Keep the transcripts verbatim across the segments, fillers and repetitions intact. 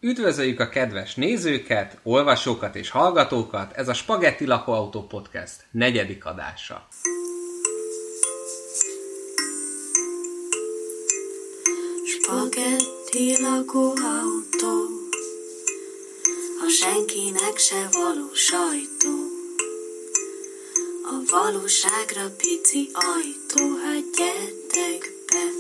Üdvözöljük a kedves nézőket, olvasókat és hallgatókat, ez a Spagetti Lakóautó Podcast negyedik adása. Spagetti lakóautó, a senkinek se való sajtó, a valóságra pici ajtó, hát gyertek be.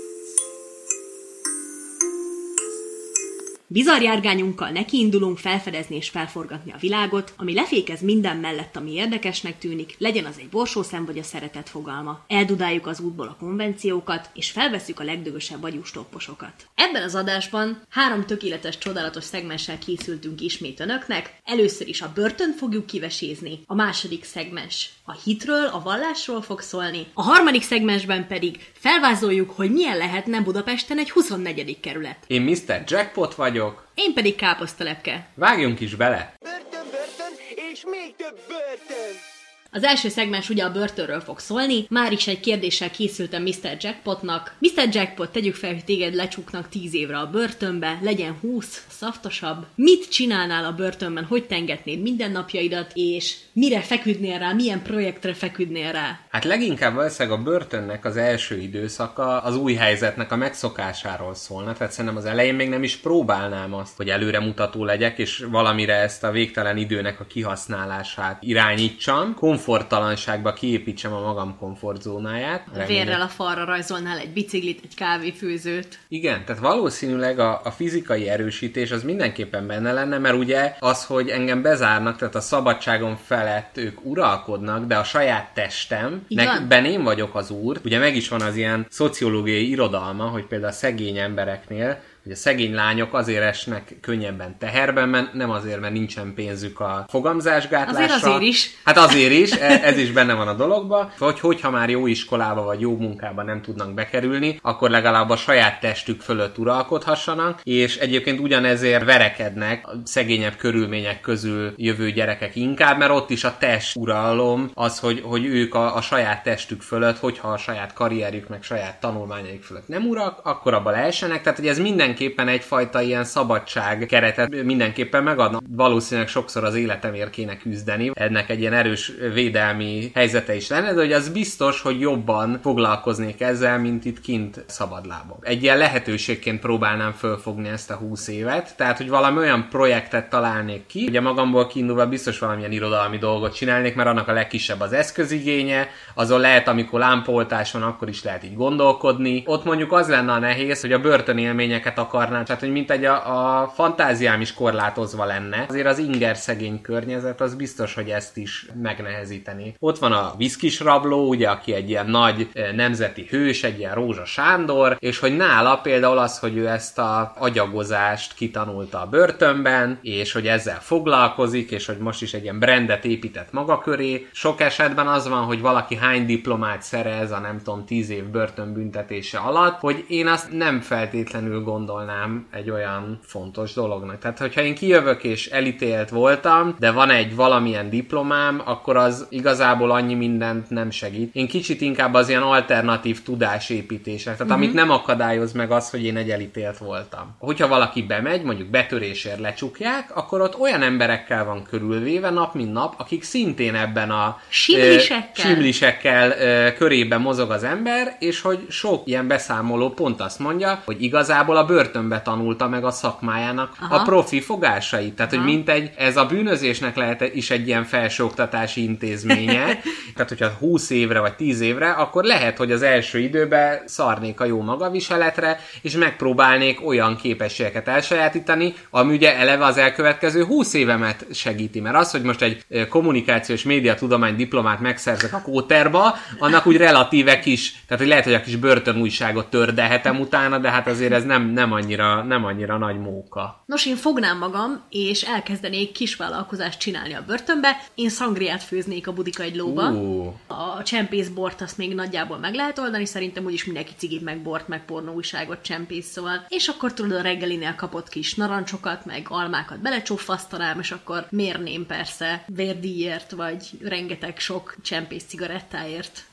Bizarr járgányunkkal nekiindulunk felfedezni és felforgatni a világot, ami lefékez minden mellett, ami érdekesnek tűnik, legyen az egy borsószem vagy a szeretet fogalma. Eldudáljuk az útból a konvenciókat, és felvesszük a legdögösebb agyústopposokat. Ebben az adásban három tökéletes, csodálatos szegmenssel készültünk ismét önöknek. Először is a börtönt fogjuk kivesézni, a második szegmens a hitről, a vallásról fog szólni, a harmadik szegmensben pedig felvázoljuk, hogy milyen lehetne Budapesten egy huszonnegyedik kerület. Én miszter Jackpot vagyok. Én pedig káposztalepke. Vágjunk is bele! Börtön, börtön, és még több börtön! Az első szegmens ugye a börtönről fog szólni, már is egy kérdéssel készültem miszter Jackpotnak. miszter Jackpot, tegyük fel, hogy téged lecsuknak tíz évre a börtönbe, legyen húsz, szaftosabb. Mit csinálnál a börtönben, hogy tengetnéd mindennapjaidat, és mire feküdnél rá, milyen projektre feküdnél rá? Hát leginkább valószínűleg a börtönnek az első időszaka az új helyzetnek a megszokásáról szólna, tehát szerintem az elején még nem is próbálnám azt, hogy előremutató legyek, és valamire ezt a végtelen időnek a kihasználását irányítsam, komforttalanságba kiépítsem a magam komfortzónáját. Vérrel a falra rajzolnál egy biciklit, egy kávéfőzőt. Igen, tehát valószínűleg a, a fizikai erősítés az mindenképpen benne lenne, mert ugye az, hogy engem bezárnak, tehát a szabadságom felett ők uralkodnak, de a saját testem, ben én vagyok az úr. Ugye meg is van az ilyen szociológiai irodalma, hogy például a szegény embereknél, hogy a szegény lányok azért esnek könnyebben teherben, mert nem azért, mert nincsen pénzük a fogamzásgátlásra. Azért azért is. Hát azért is, ez is benne van a dologban, hogy hogyha már jó iskolába vagy jó munkába nem tudnak bekerülni, akkor legalább a saját testük fölött uralkodhassanak, és egyébként ugyanezért verekednek a szegényebb körülmények közül jövő gyerekek inkább, mert ott is a test uralom az, hogy, hogy ők a, a saját testük fölött, hogyha a saját karrierjük meg saját tanulmányaik fölött nem urak, akkor abba leessenek, tehát hogy ez minden mindenképpen egyfajta ilyen szabadság keretet mindenképpen megadna. Valószínűleg sokszor az életemért kéne küzdeni. Ennek egy ilyen erős védelmi helyzete is lenne, de hogy az biztos, hogy jobban foglalkoznék ezzel, mint itt kint szabadlábon. Egy ilyen lehetőségként próbálnám fölfogni ezt a húsz évet, tehát hogy valami olyan projektet találnék ki, ugye magamból kiindulva biztos valamilyen irodalmi dolgot csinálnék, mert annak a legkisebb az eszközigénye, azon lehet, amikor lámpaoltás van, akkor is lehet így gondolkodni. Ott mondjuk az lenne a nehéz, hogy a börtönélményeket akarnám, tehát hogy mint egy a, a fantáziám is korlátozva lenne. Azért az inger szegény környezet, az biztos, hogy ezt is megnehezíteni. Ott van a viszkis rabló, ugye, aki egy ilyen nagy nemzeti hős, egy ilyen Rózsa Sándor, és hogy nála például az, hogy ő ezt a agyagozást kitanulta a börtönben, és hogy ezzel foglalkozik, és hogy most is egy ilyen brandet épített maga köré. Sok esetben az van, hogy valaki hány diplomát szerez a nem tudom tíz év börtönbüntetése alatt, hogy én azt nem feltétlenül gondolnám egy olyan fontos dolognak. Tehát, hogyha én kijövök és elítélt voltam, de van egy valamilyen diplomám, akkor az igazából annyi mindent nem segít. Én kicsit inkább az ilyen alternatív tudásépítések, tehát mm-hmm. amit nem akadályoz meg az, hogy én egy elítélt voltam. Hogyha valaki bemegy, mondjuk betörésért lecsukják, akkor ott olyan emberekkel van körülvéve nap mint nap, akik szintén ebben a simlisekkel, ö, simlisekkel ö, körében mozog az ember, és hogy sok ilyen beszámoló pont azt mondja, hogy igazából a börtönbe tanulta meg a szakmájának Aha. a profi fogásait. Tehát, Aha. hogy mint egy, ez a bűnözésnek lehet is egy ilyen felsőoktatási intézménye. Tehát, hogyha húsz évre vagy tíz évre, akkor lehet, hogy az első időben szarnék a jó magaviseletre, és megpróbálnék olyan képességeket elsajátítani, ami ugye eleve az elkövetkező húsz évemet segíti. Mert az, hogy most egy kommunikációs médiatudomány diplomát megszerzek a kóterba, annak úgy relatíve kis, tehát hogy lehet, hogy a kis börtönújságot tördelhetem utána, de hát azért ez nem, nem, annyira, nem annyira nagy móka. Nos, én fognám magam, és elkezdenék kisvállalkozást csinálni a börtönbe. Én szangriát főznék a Budika Egylóba. Uh. A csempészbort azt még nagyjából meg lehet oldani, szerintem úgyis mindenki cigit, meg bort, meg pornó újságot csempész, szóval. És akkor tudod, a reggelinél kapott kis narancsokat, meg almákat belecsófasztanám, és akkor mérném persze vérdíjért, vagy rengeteg sok csempész cigarettáért.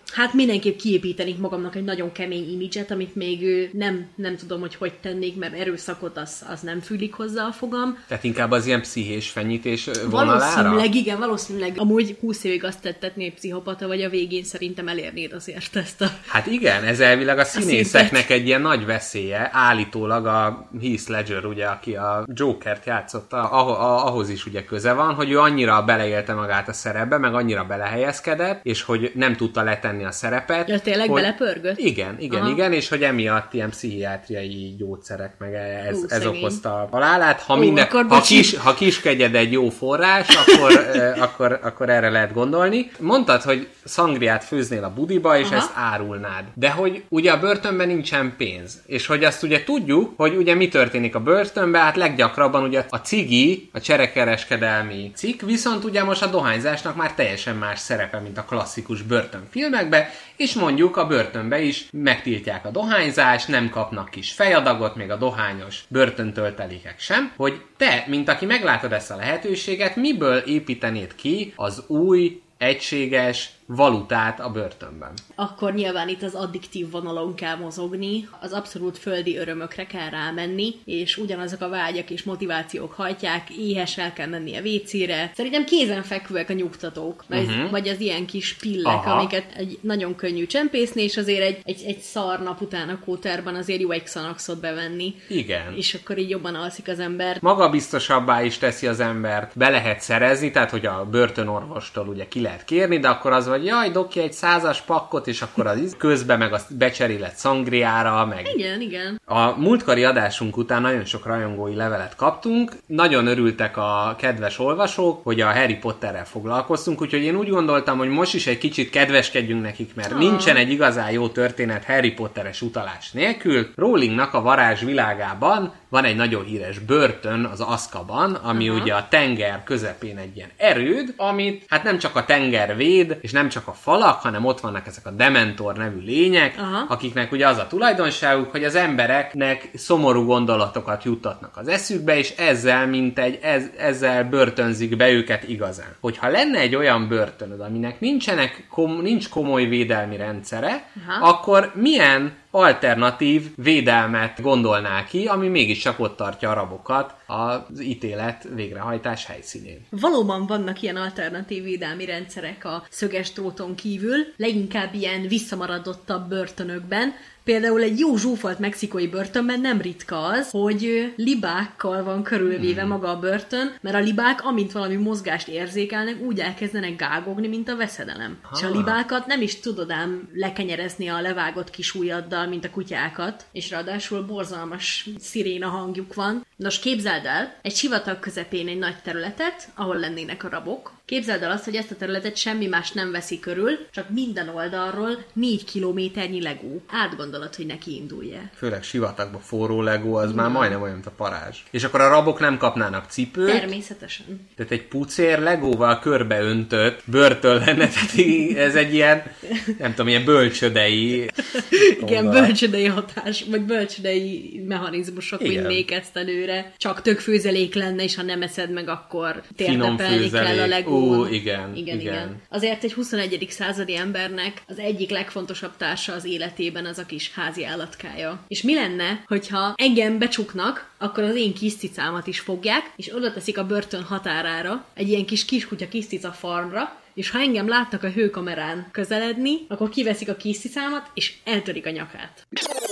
Hát mindenképp kiépítenik magamnak egy nagyon kemény imidzset, amit még nem, nem tudom, hogy hogy tennék, mert erőszakot az, az nem fűlik hozzá a fogam. Tehát inkább az ilyen pszichés fenyítés vonalára? Valószínűleg, igen, valószínűleg. Amúgy húsz évig azt tettetnél pszichopata, vagy a végén szerintem elérnéd azért ezt a... Hát igen, ez elvileg a színészeknek egy ilyen nagy veszélye. Állítólag a Heath Ledger, ugye, aki a Jokert játszotta, ahhoz is ugye köze van, hogy ő annyira beleélte magát a szerepbe, meg annyira belehelyezkedett, és hogy nem tudta letenni a szerepet. Ja, tényleg hogy... belepörgött? Igen, igen, Aha. igen, és hogy emiatt ilyen pszichiátriai gyógyszerek, meg ez, Hú, ez okozta a halálát. Ha, Ó, minden, ha, kis, ha kiskegyed egy jó forrás, akkor, eh, akkor, akkor erre lehet gondolni. Mondtad, hogy szangriát főznél a budiba, és Aha. ezt árulnád. De hogy ugye a börtönben nincsen pénz. És hogy azt ugye tudjuk, hogy ugye mi történik a börtönben, hát leggyakrabban ugye a cigi, a cserekereskedelmi cikk, viszont ugye most a dohányzásnak már teljesen más szerepe, mint a klasszikus börtönfilmekben, és mondjuk a börtönbe is megtiltják a dohányzást, nem kapnak kis fejadagot, még a dohányos börtöntöltelékek sem, hogy te, mint aki meglátod ezt a lehetőséget, miből építenéd ki az új, egységes valutát a börtönben. Akkor nyilván itt az addiktív vonalon kell mozogni, az abszolút földi örömökre kell rámenni, és ugyanazok a vágyak és motivációk hajtják, éhes el kell menni a vécére. Szerintem kézenfekvőek a nyugtatók, vagy, uh-huh. vagy az ilyen kis pillek, Aha. amiket egy nagyon könnyű csempészni, és azért egy, egy, egy szar nap után a kóterban azért jó egy Xanaxot bevenni. Igen. És akkor így jobban alszik az ember. Magabiztosabbá is teszi az embert, be lehet szerezni, tehát hogy a börtönorvostól ugye ki lehet kérni, de akkor az vagy jaj, doki egy százas pakkot, és akkor az közben meg azt becserélett szangriára, meg... Igen, igen. A múltkori adásunk után nagyon sok rajongói levelet kaptunk, nagyon örültek a kedves olvasók, hogy a Harry Potterrel foglalkoztunk, úgyhogy én úgy gondoltam, hogy most is egy kicsit kedveskedjünk nekik, mert ah. nincsen egy igazán jó történet Harry Potteres utalás nélkül. Rowlingnak a varázs világában van egy nagyon híres börtön, az Azkaban, ami Aha. ugye a tenger közepén egy ilyen erőd, amit hát nem csak a tenger véd, és nem csak a falak, hanem ott vannak ezek a Dementor nevű lények, Aha. akiknek ugye az a tulajdonságuk, hogy az embereknek szomorú gondolatokat juttatnak az eszükbe, és ezzel, mint egy, ez, ezzel börtönzik be őket igazán. Hogyha lenne egy olyan börtönöd, aminek nincsenek, kom, nincs komoly védelmi rendszere, Aha. akkor milyen alternatív védelmet gondolná ki, ami mégiscsak ott tartja a rabokat az ítélet végrehajtás helyszínén. Valóban vannak ilyen alternatív védelmi rendszerek a szöges dróton kívül, leginkább ilyen visszamaradottabb börtönökben. Például egy jó zsúfolt mexikói börtönben nem ritka az, hogy libákkal van körülvéve hmm. maga a börtön, mert a libák, amint valami mozgást érzékelnek, úgy elkezdenek gágogni, mint a veszedelem. Ha. És a libákat nem is tudod ám lekenyerezni a levágott kis ujjaddal, mint a kutyákat, és ráadásul borzalmas sziréna hangjuk van. Nos, képzeld el, egy sivatag közepén egy nagy területet, ahol lennének a rabok. Képzeld el azt, hogy ezt a területet semmi más nem veszi körül, csak minden oldalról négy kilométernyi legó. Átgondolod, hogy neki indulj-e. Főleg sivatagban forró legó, az ja. már majdnem olyan, mint a parázs. És akkor a rabok nem kapnának cipőt. Természetesen. Tehát egy pucér legóval körbeöntött börtön lenne, tehát ez egy ilyen, nem tudom, ilyen bölcsödei... Igen, bölcsödei hatás, vagy bölcsödei mechanizmusok vinnék ezt előre. Csak tök főzelék lenne, és ha nem eszed meg, akkor térdepelni kell a legó. Ó, igen, igen, igen, igen. Azért egy huszonegyedik századi embernek az egyik legfontosabb társa az életében az a kis házi állatkája. És mi lenne, hogyha engem becsuknak, akkor az én kis cicámat is fogják, és oda teszik a börtön határára, egy ilyen kis kiskutya kis cica farmra, és ha engem látnak a hőkamerán közeledni, akkor kiveszik a kis cicámat, és eltörik a nyakát.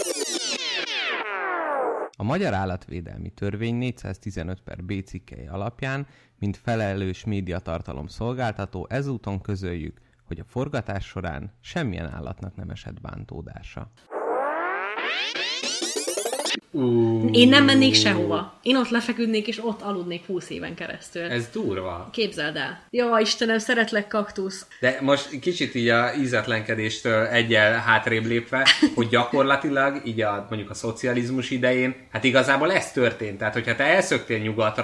A Magyar Állatvédelmi Törvény négyszáztizenöt per B cikkei alapján, mint felelős médiatartalom szolgáltató, ezúton közöljük, hogy a forgatás során semmilyen állatnak nem esett bántódása. Uh. Én nem mennék sehova. Én ott lefeküdnék, és ott aludnék húsz éven keresztül. Ez durva. Képzeld el. Jó, Istenem, szeretlek, kaktusz. De most kicsit így a ízetlenkedéstől egyel hátrébb lépve, hogy gyakorlatilag így a, mondjuk a szocializmus idején, hát igazából ez történt. Tehát, hogyha te elszöktél nyugatra,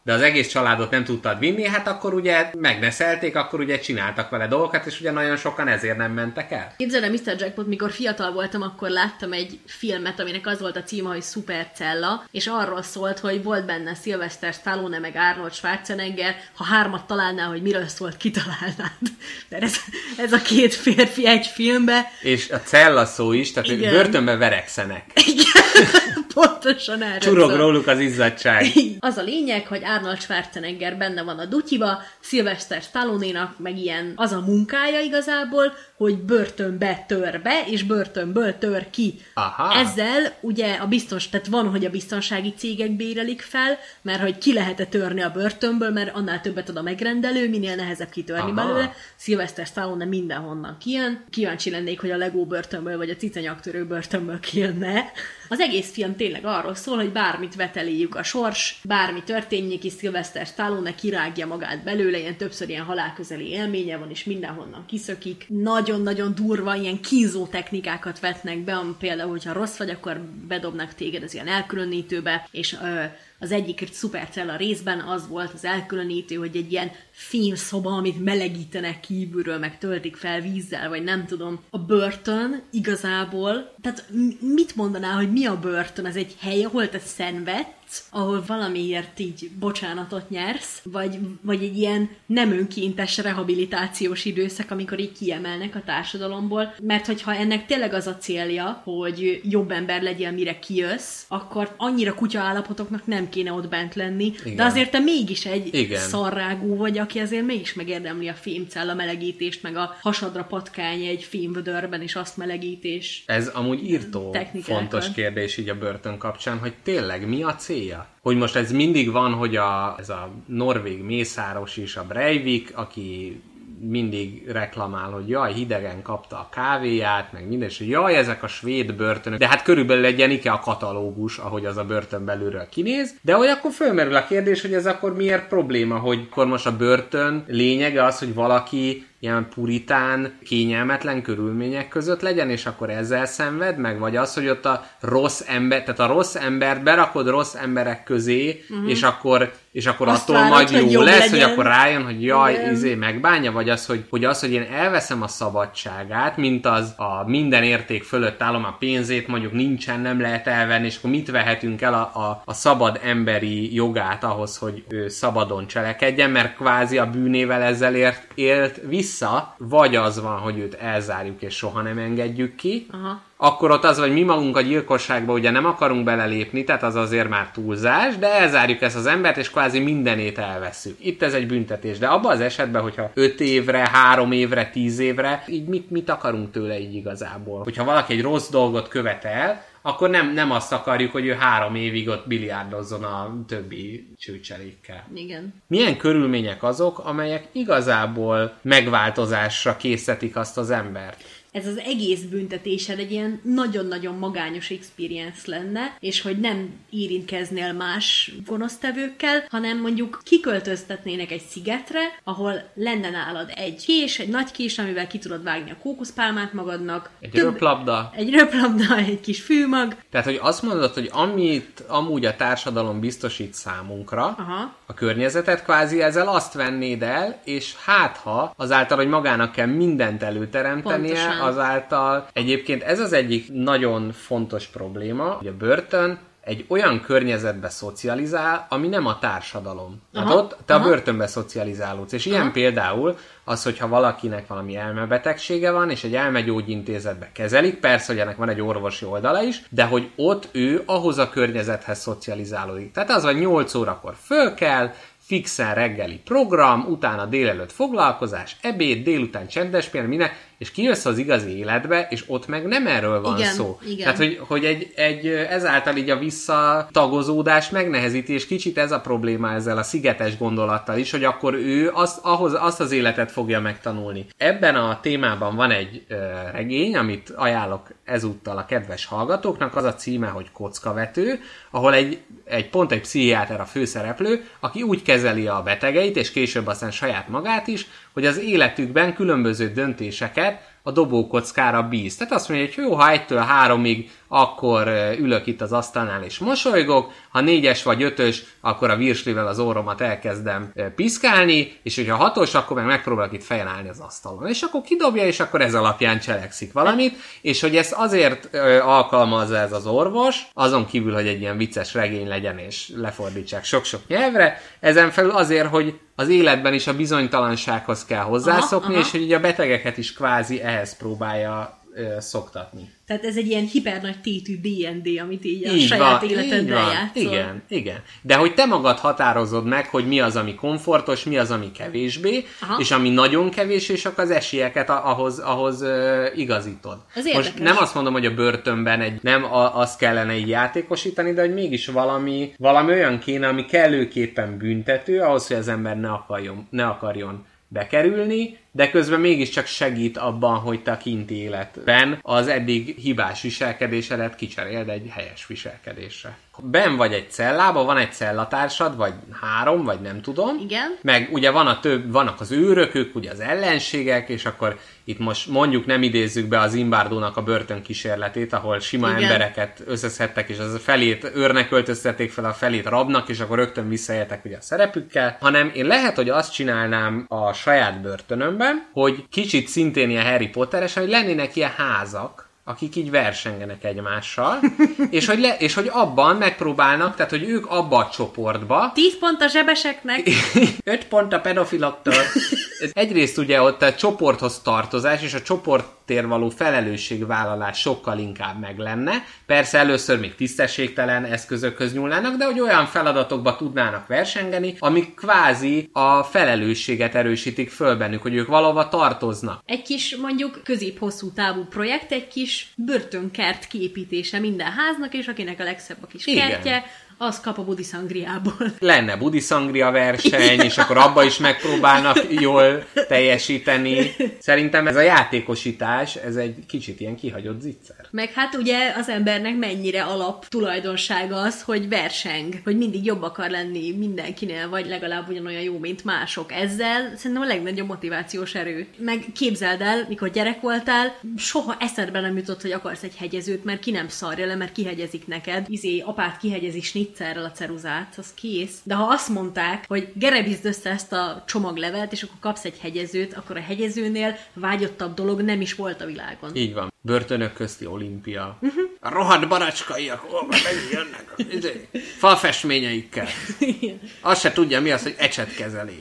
de az egész családot nem tudtad vinni, hát akkor ugye megneszelték, akkor ugye csináltak vele dolgokat, és ugye nagyon sokan ezért nem mentek el. Képzeld el, miszter Jackpot, mikor fiatal voltam, akkor láttam egy filmet, aminek az volt a címe, hogy Supercella, és arról szólt, hogy volt benne Sylvester Stallone meg Arnold Schwarzenegger, ha hármat találnál, hogy miről szólt, kitalálnád. De ez, ez a két férfi egy filmbe. És a cella szó is, tehát igen. Börtönbe verekszenek. Igen, pontosan erről Csurog szól. Róluk az izzadság. Az a lényeg, hogy Arnold Schwarzenegger benne van a dutyiba, Sylvester Stallone-nak meg ilyen az a munkája igazából, hogy börtönbe tör be, és börtönből tör ki. Aha. Ezzel ugye a biztons, tehát van, hogy a biztonsági cégek bérelik fel, mert hogy ki lehet-e törni a börtönből, mert annál többet ad a megrendelő, minél nehezebb kitörni Aha. belőle. Sylvester Stallone mindenhonnan kijön. Kíváncsi lennék, hogy a Lego börtönből, vagy a cicanyaktörő börtönből kijönne. Az egész film tényleg arról szól, hogy bármit veteléjük a sors, bármi történjék, és Sylvester Stallone kirágja magát belőle, ilyen többször ilyen halálközeli élménye van, és mindenhonnan kiszökik. Nagyon-nagyon durva, ilyen kínzó technikákat vetnek be, ami például, hogyha rossz vagy, akkor bedobnak téged az ilyen elkülönítőbe, és ö, az egyik Supercella részben az volt az elkülönítő, hogy egy ilyen fémszoba, amit melegítenek kívülről, meg töltik fel vízzel, vagy nem tudom. A börtön igazából, tehát mit mondanál, hogy mi a börtön? Ez egy hely, ahol te szenvedsz, ahol valamiért így bocsánatot nyersz, vagy, vagy egy ilyen nem önkéntes rehabilitációs időszak, amikor így kiemelnek a társadalomból, mert hogyha ennek tényleg az a célja, hogy jobb ember legyél, mire kijössz, akkor annyira kutya állapotoknak nem kéne ott bent lenni, igen. De azért te mégis egy igen. szarrágú vagy, aki azért mégis megérdemli a fémcella melegítést, meg a hasadra patkány egy fémvödörben, és azt melegítés. Ez amúgy írtó fontos kérdés így a börtön kapcsán, hogy tényleg mi a célja? Hogy most ez mindig van, hogy a, ez a norvég mészáros is, a Breivik, aki mindig reklamál, hogy jaj, hidegen kapta a kávéját, meg minden, és jaj, ezek a svéd börtönök. De hát körülbelül egy ilyen IKEA katalógus, ahogy az a börtön belülről kinéz. De hogy akkor fölmerül a kérdés, hogy ez akkor miért probléma, hogy akkor most a börtön lényege az, hogy valaki ilyen puritán, kényelmetlen körülmények között legyen, és akkor ezzel szenved meg, vagy az, hogy ott a rossz ember, tehát a rossz embert berakod rossz emberek közé, uh-huh. és akkor, és akkor attól várod, majd jó lesz, legyen. Hogy akkor rájön, hogy jaj, igen. izé megbánja, vagy az, hogy, hogy az, hogy én elveszem a szabadságát, mint az a minden érték fölött állom a pénzét, mondjuk nincsen, nem lehet elvenni, és akkor mit vehetünk el a, a, a szabad emberi jogát ahhoz, hogy ő szabadon cselekedjen, mert kvázi a bűnével ezzel ért, élt vissza, vagy az van, hogy őt elzárjuk és soha nem engedjük ki, aha. Akkor ott az, hogy mi magunk a gyilkosságba ugye nem akarunk belelépni, tehát az azért már túlzás, de elzárjuk ezt az embert, és kvázi mindenét elveszünk. Itt ez egy büntetés, de abban az esetben, hogyha öt évre, három évre, tíz évre, így mit, mit akarunk tőle így igazából? Hogyha valaki egy rossz dolgot követel, akkor nem, nem azt akarjuk, hogy ő három évig ott biliárdozzon a többi csőcselékkel. Igen. Milyen körülmények azok, amelyek igazából megváltozásra készítik azt az embert? Ez az egész büntetésed egy ilyen nagyon-nagyon magányos experience lenne, és hogy nem érintkeznél más gonosztevőkkel, hanem mondjuk kiköltöztetnének egy szigetre, ahol lenne nálad egy kés, egy nagy kés, amivel ki tudod vágni a kókuszpálmát magadnak. Egy több, röplabda. Egy röplabda, egy kis fűmag. Tehát, hogy azt mondod, hogy amit amúgy a társadalom biztosít számunkra, aha. a környezetet kvázi ezzel azt vennéd el, és hát ha azáltal, hogy magának kell mindent előteremtenie, pontosan. Azáltal egyébként ez az egyik nagyon fontos probléma, hogy a börtön egy olyan környezetbe szocializál, ami nem a társadalom. Tehát aha, ott te aha. a börtönbe szocializálódsz. És aha. ilyen például az, hogyha valakinek valami elmebetegsége van, és egy elmegyógyintézetbe kezelik, persze, hogy ennek van egy orvosi oldala is, de hogy ott ő ahhoz a környezethez szocializálódik. Tehát az, hogy nyolc órakor föl kell, fixen reggeli program, utána délelőtt foglalkozás, ebéd, délután csendes pihen, minden, és kijössz az igazi életbe, és ott meg nem erről van igen, szó. Igen. Tehát, hogy, hogy egy, egy, ezáltal így a visszatagozódás megnehezíti, és kicsit ez a probléma ezzel a szigetes gondolattal is, hogy akkor ő azt, ahhoz, azt az életet fogja megtanulni. Ebben a témában van egy ö, regény, amit ajánlok ezúttal a kedves hallgatóknak, az a címe, hogy Kockavető, ahol egy, egy pont egy pszichiáter a főszereplő, aki úgy kezeli a betegeit, és később aztán saját magát is, hogy az életükben különböző döntéseket a dobókockára bíz. Tehát azt mondja, hogy jó, ha egytől háromig, akkor ülök itt az asztalnál és mosolygok, ha négyes vagy ötös, akkor a virslivel az orromat elkezdem piszkálni, és hogyha hatos, akkor meg megpróbálok itt fejen állni az asztalon. És akkor kidobja, és akkor ez alapján cselekszik valamit, és hogy ezt azért alkalmazza ez az orvos, azon kívül, hogy egy ilyen vicces regény legyen, és lefordítsák sok-sok nyelvre, ezen felül azért, hogy az életben is a bizonytalansághoz kell hozzászokni, aha, aha. és hogy ugye a betegeket is kvázi ehhez próbálja ö, szoktatni. Tehát ez egy ilyen hipernagy tétű dé end dé, amit így, így a van, saját életedben játszol. Igen, igen. De hogy te magad határozod meg, hogy mi az, ami komfortos, mi az, ami kevésbé, aha. és ami nagyon kevés, és akkor az esélyeket ahhoz, ahhoz uh, igazítod. Az most nem azt mondom, hogy a börtönben egy, nem a, azt kellene így játékosítani, de hogy mégis valami, valami olyan kéne, ami kellőképpen büntető, ahhoz, hogy az ember ne akarjon, ne akarjon bekerülni, de közben mégiscsak segít abban, hogy te a kinti életben az eddig hibás viselkedésedet kicseréld egy helyes viselkedésre. Ben vagy egy cellába, van egy cellatársad, vagy három, vagy nem tudom. Igen. Meg ugye van a több, vannak az őrökök, ugye az ellenségek, és akkor itt most mondjuk nem idézzük be az Zimbardo-nak a börtönkísérletét, ahol sima igen. embereket összeszedtek, és az a felét őrnek öltöztették fel, a felét rabnak, és akkor rögtön visszaéltek ugye a szerepükkel, hanem én lehet, hogy azt csinálnám a saját börtönömben, hogy kicsit szintén ilyen Harry Potteres, hogy lennének ilyen házak, akik így versengenek egymással, és hogy, le, és hogy abban megpróbálnak, tehát hogy ők abba a csoportba... Tíz pont a zsebeseknek. Öt pont a pedofiloktól. Egyrészt ugye ott a csoporthoz tartozás, és a csoportért való felelősségvállalás sokkal inkább meg lenne. Persze először még tisztességtelen eszközökhöz nyúlnának, de hogy olyan feladatokba tudnának versengeni, amik kvázi a felelősséget erősítik föl bennük, hogy ők valahova tartoznak. Egy kis mondjuk közép-hosszú távú projekt, egy kis börtönkert kiépítése minden háznak, és akinek a legszebb a kis igen. kertje, az kap a budiszangriából. Lenne budiszangria verseny, és akkor abba is megpróbálnak jól teljesíteni. Szerintem ez a játékosítás, ez egy kicsit ilyen kihagyott zicser. Meg hát ugye az embernek mennyire alap tulajdonsága az, hogy verseng, hogy mindig jobb akar lenni mindenkinél, vagy legalább ugyanolyan jó, mint mások. Ezzel szerintem a legnagyobb motivációs erő. Meg képzeld el, mikor gyerek voltál, soha eszedbe nem jutott, hogy akarsz egy hegyezőt, mert ki nem szarja le, mert kihegyezik neked. Izé, apát kihegyezi snitzerrel a ceruzát, az kész. De ha azt mondták, hogy gerebizd össze ezt a csomaglevelet, és akkor kapsz egy hegyezőt, akkor a hegyezőnél vágyottabb dolog nem is volt a világon. Így van. Börtönök közti olimpia. Uh-huh. A rohadt baracskaiak, ó, megint jönnek a izé, falfestményeikkel. Azt se tudja, mi az, hogy ecsetkezelés.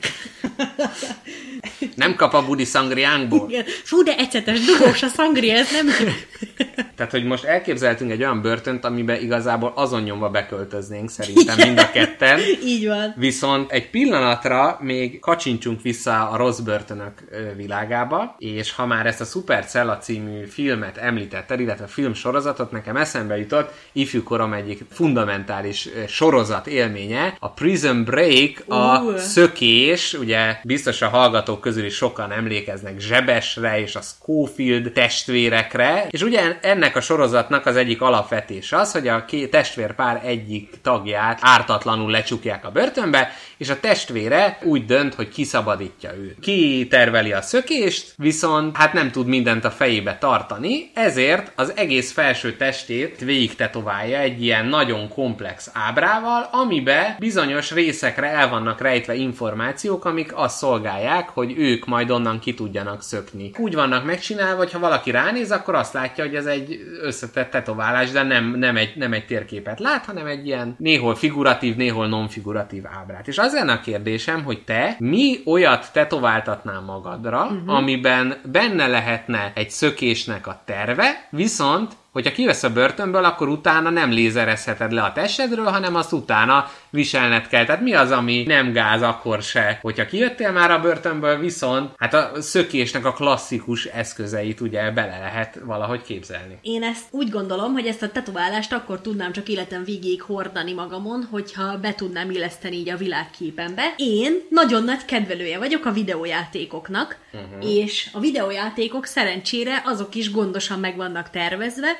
Nem kap a budi szangriánkból. Igen. Fú, de ecetes, dugós a szangria, ez nem... Tehát, hogy most elképzeltünk egy olyan börtönt, amiben igazából azon nyomva beköltöznénk szerintem mind a ketten. Így van. Viszont egy pillanatra még kacsincsunk vissza a rossz börtönök világába, és ha már ezt a Supercella című filmet említetted, illetve a filmsorozatot, nekem eszembe jutott ifjúkorom egyik fundamentális sorozat élménye, a Prison Break, a uh. szökés, ugye biztos a hallgatók közül is sokan emlékeznek Zsebesre és a Schofield testvérekre, és ugye ennek a sorozatnak az egyik alapvetés az, hogy a két testvérpár egyik tagját ártatlanul lecsukják a börtönbe, és a testvére úgy dönt, hogy kiszabadítja őt. Ki terveli a szökést, viszont hát nem tud mindent a fejébe tartani, ezért az egész felső testét végig tetoválja egy ilyen nagyon komplex ábrával, amiben bizonyos részekre el vannak rejtve információk, amik azt szolgálják, hogy ők majd onnan ki tudjanak szökni. Úgy vannak megcsinálva, hogy ha valaki ránéz, akkor azt látja, hogy ez egy összetett tetoválás, de nem, nem, egy, nem egy térképet lát, hanem egy ilyen néhol figuratív, néhol non-figuratív ábrát. És az lenne a kérdésem, hogy te mi olyat tetováltatnál magadra, uh-huh. amiben benne lehetne egy szökésnek a terve, viszont hogyha kivesz a börtönből, akkor utána nem lézerezheted le a testedről, hanem azt utána viselned kell. Tehát mi az, ami nem gáz akkor se, hogyha kijöttél már a börtönből, viszont hát a szökésnek a klasszikus eszközeit ugye bele lehet valahogy képzelni. Én ezt úgy gondolom, hogy ezt a tetoválást akkor tudnám csak életem végéig hordani magamon, hogyha be tudnám illeszteni így a világképembe. Én nagyon nagy kedvelője vagyok a videójátékoknak, uh-huh. és a videójátékok szerencsére azok is gondosan meg vannak tervezve,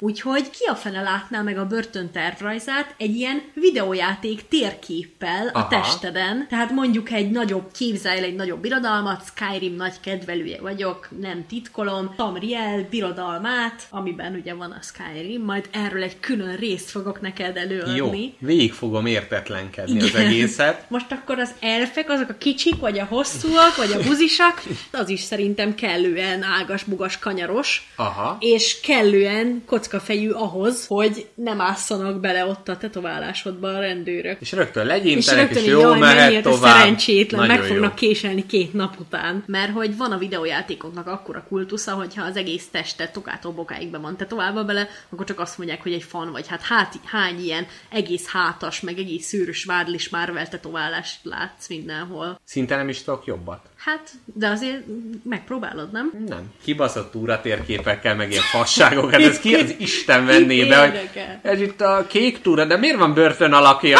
Úgyhogy ki a fele látná meg a börtön tervrajzát egy ilyen videójáték térképpel a Aha. testeden. Tehát mondjuk egy nagyobb, képzelj el egy nagyobb birodalmat, Skyrim nagy kedvelője vagyok, nem titkolom, Tamriel birodalmát, amiben ugye van a Skyrim, majd erről egy külön részt fogok neked előadni. Jó, végig fogom értetlenkedni az egészet. Most akkor az elfek, azok a kicsik, vagy a hosszúak, vagy a buzisak, az is szerintem kellően ágas-bugas kanyaros, Aha. és kellően kockafejű ahhoz, hogy nem ásszanak bele ott a tetoválásodba a rendőrök. És rögtön És legyintenek, és, rögtön és így, jó, jaj, mehet mennyire tovább. szerencsétlen, Nagyon meg fognak jó. késelni két nap után. Mert hogy van a videójátékoknak akkora kultusza, hogyha az egész testet tokától bokáig be van tetoválva bele, akkor csak azt mondják, hogy egy fan vagy. Hát, hát hány ilyen egész hátas, meg egész szűrös vádlis Marvel tetoválást látsz mindenhol. Szinte nem is tudok jobbat. Hát, de azért megpróbálod, nem? Nem. Kibaszott túratérképekkel, meg ilyen fasságokat. Ez ki az Isten venné be, hogy érdekel? ez itt a kék túra, de miért van börtön alakja?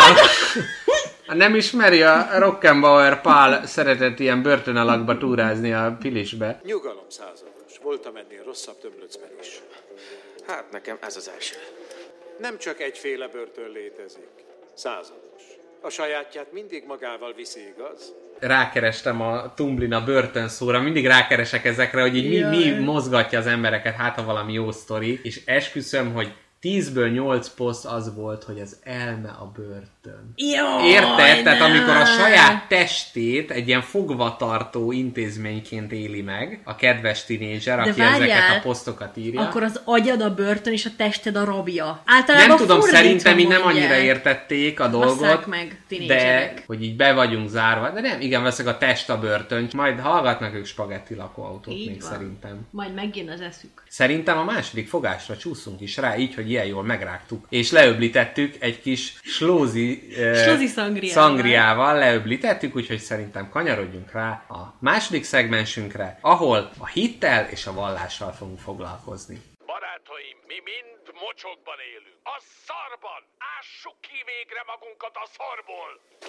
Nem ismeri a Rockenbauer Pál szeretett ilyen börtön alakba túrázni a Pilisbe. Nyugalom, százados. Voltam ennél rosszabb tömlöcben is. Hát nekem ez az első. Nem csak egyféle börtön létezik. Százados. A sajátját mindig magával viszi, igaz? Rákerestem a Tumblin a börtön szóra, mindig rákeresek ezekre, hogy így mi, mi mozgatja az embereket, hát ha valami jó sztori, és esküszöm, hogy tízből nyolc poszt az volt, hogy az elme a börtön. Jaj, Érted? Tehát ne. amikor a saját testét egy ilyen fogvatartó intézményként éli meg, a kedves tinédzser, aki várjál, ezeket a posztokat írja. Akkor az agyad a börtön, és a tested a rabja. Általában Nem tudom, fordítva szerintem így nem mondják. annyira értették a Basszák dolgot, meg, de tinédzserek. hogy így be vagyunk zárva. De nem, igen, veszek a test a börtön, majd hallgatnak ők spagetti lakóautót Így még van. szerintem. Majd megjön az eszük. Szerintem a második fogásra csúszunk is rá, így, hogy ilyen jól megrágtuk. És leöblítettük egy kis slózi, eh, Slózi szangriával. szangriával, leöblítettük, úgyhogy szerintem kanyarodjunk rá a második szegmensünkre, ahol a hittel és a vallással fogunk foglalkozni. Barátaim, mi mind mocsokban élünk. A szarban! Ássuk ki végre magunkat a szarból!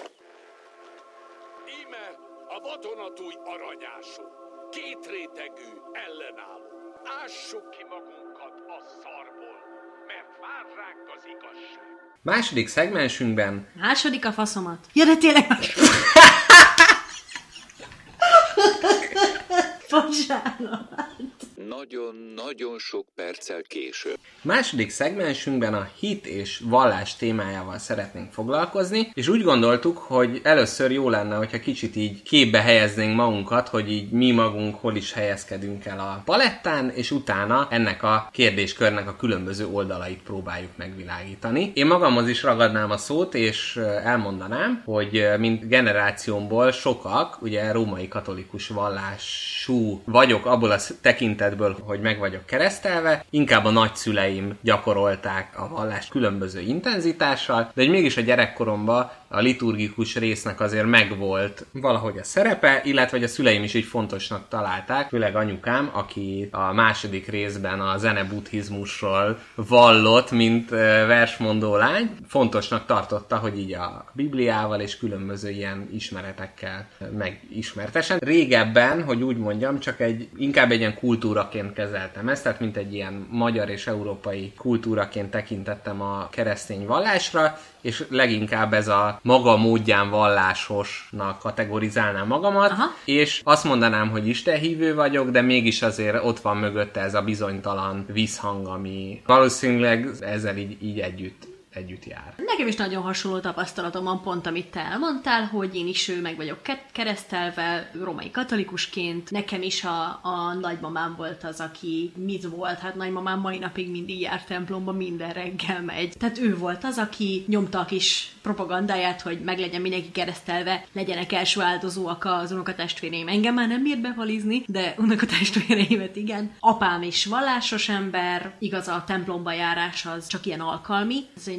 Íme a vadonatúj aranyású, kétrétegű ellenálló. Ássuk ki magunkat a szarból, mert vár ránk az igazság. Második szegmensünkben Második a faszomat. Ja, de tényleg Bocsánat. Nagyon-nagyon sok perccel később. Második szegmensünkben a hit és vallás témájával szeretnénk foglalkozni, és úgy gondoltuk, hogy először jó lenne, hogyha kicsit így képbe helyeznénk magunkat, hogy így mi magunk hol is helyezkedünk el a palettán, és utána ennek a kérdéskörnek a különböző oldalait próbáljuk megvilágítani. Én magamhoz is ragadnám a szót, és elmondanám, hogy mint generációmból sokak, ugye római katolikus vallású vagyok abból a tekintetből, hogy meg vagyok keresztelve, inkább a nagyszüleim gyakorolták a vallást különböző intenzitással, de hogy mégis a gyerekkoromban a liturgikus résznek azért megvolt valahogy a szerepe, illetve hogy a szüleim is így fontosnak találták, főleg anyukám, aki a második részben a zenebuddhizmusról vallott, mint versmondó lány, fontosnak tartotta, hogy így a Bibliával és különböző ilyen ismeretekkel megismertesen. Régebben, hogy úgy mondjam, csak egy, inkább egy ilyen kultúraként kezeltem ezt, tehát mint egy ilyen magyar és európai kultúraként tekintettem a keresztény vallásra, és leginkább ez a maga módján vallásosnak kategorizálnám magamat, aha, és azt mondanám, hogy istenhívő vagyok, de mégis azért ott van mögötte ez a bizonytalan visszhang, ami valószínűleg ezzel így, így együtt együtt jár. Nekem is nagyon hasonló tapasztalatom van pont, amit te elmondtál, hogy én is meg vagyok keresztelve, római katolikusként. Nekem is a, a nagymamám volt az, aki mit volt. Hát nagymamám mai napig mindig jár templomba, minden reggel megy. Tehát ő volt az, aki nyomta a kis propagandáját, hogy meg legyen mindenki keresztelve, legyenek első áldozóak az unokatestvéreim. Engem már nem bírt bevalizni, de unokatestvéreimet igen. Apám is vallásos ember, igaz, a templomba járás az csak ilyen alkalmi. Ez egy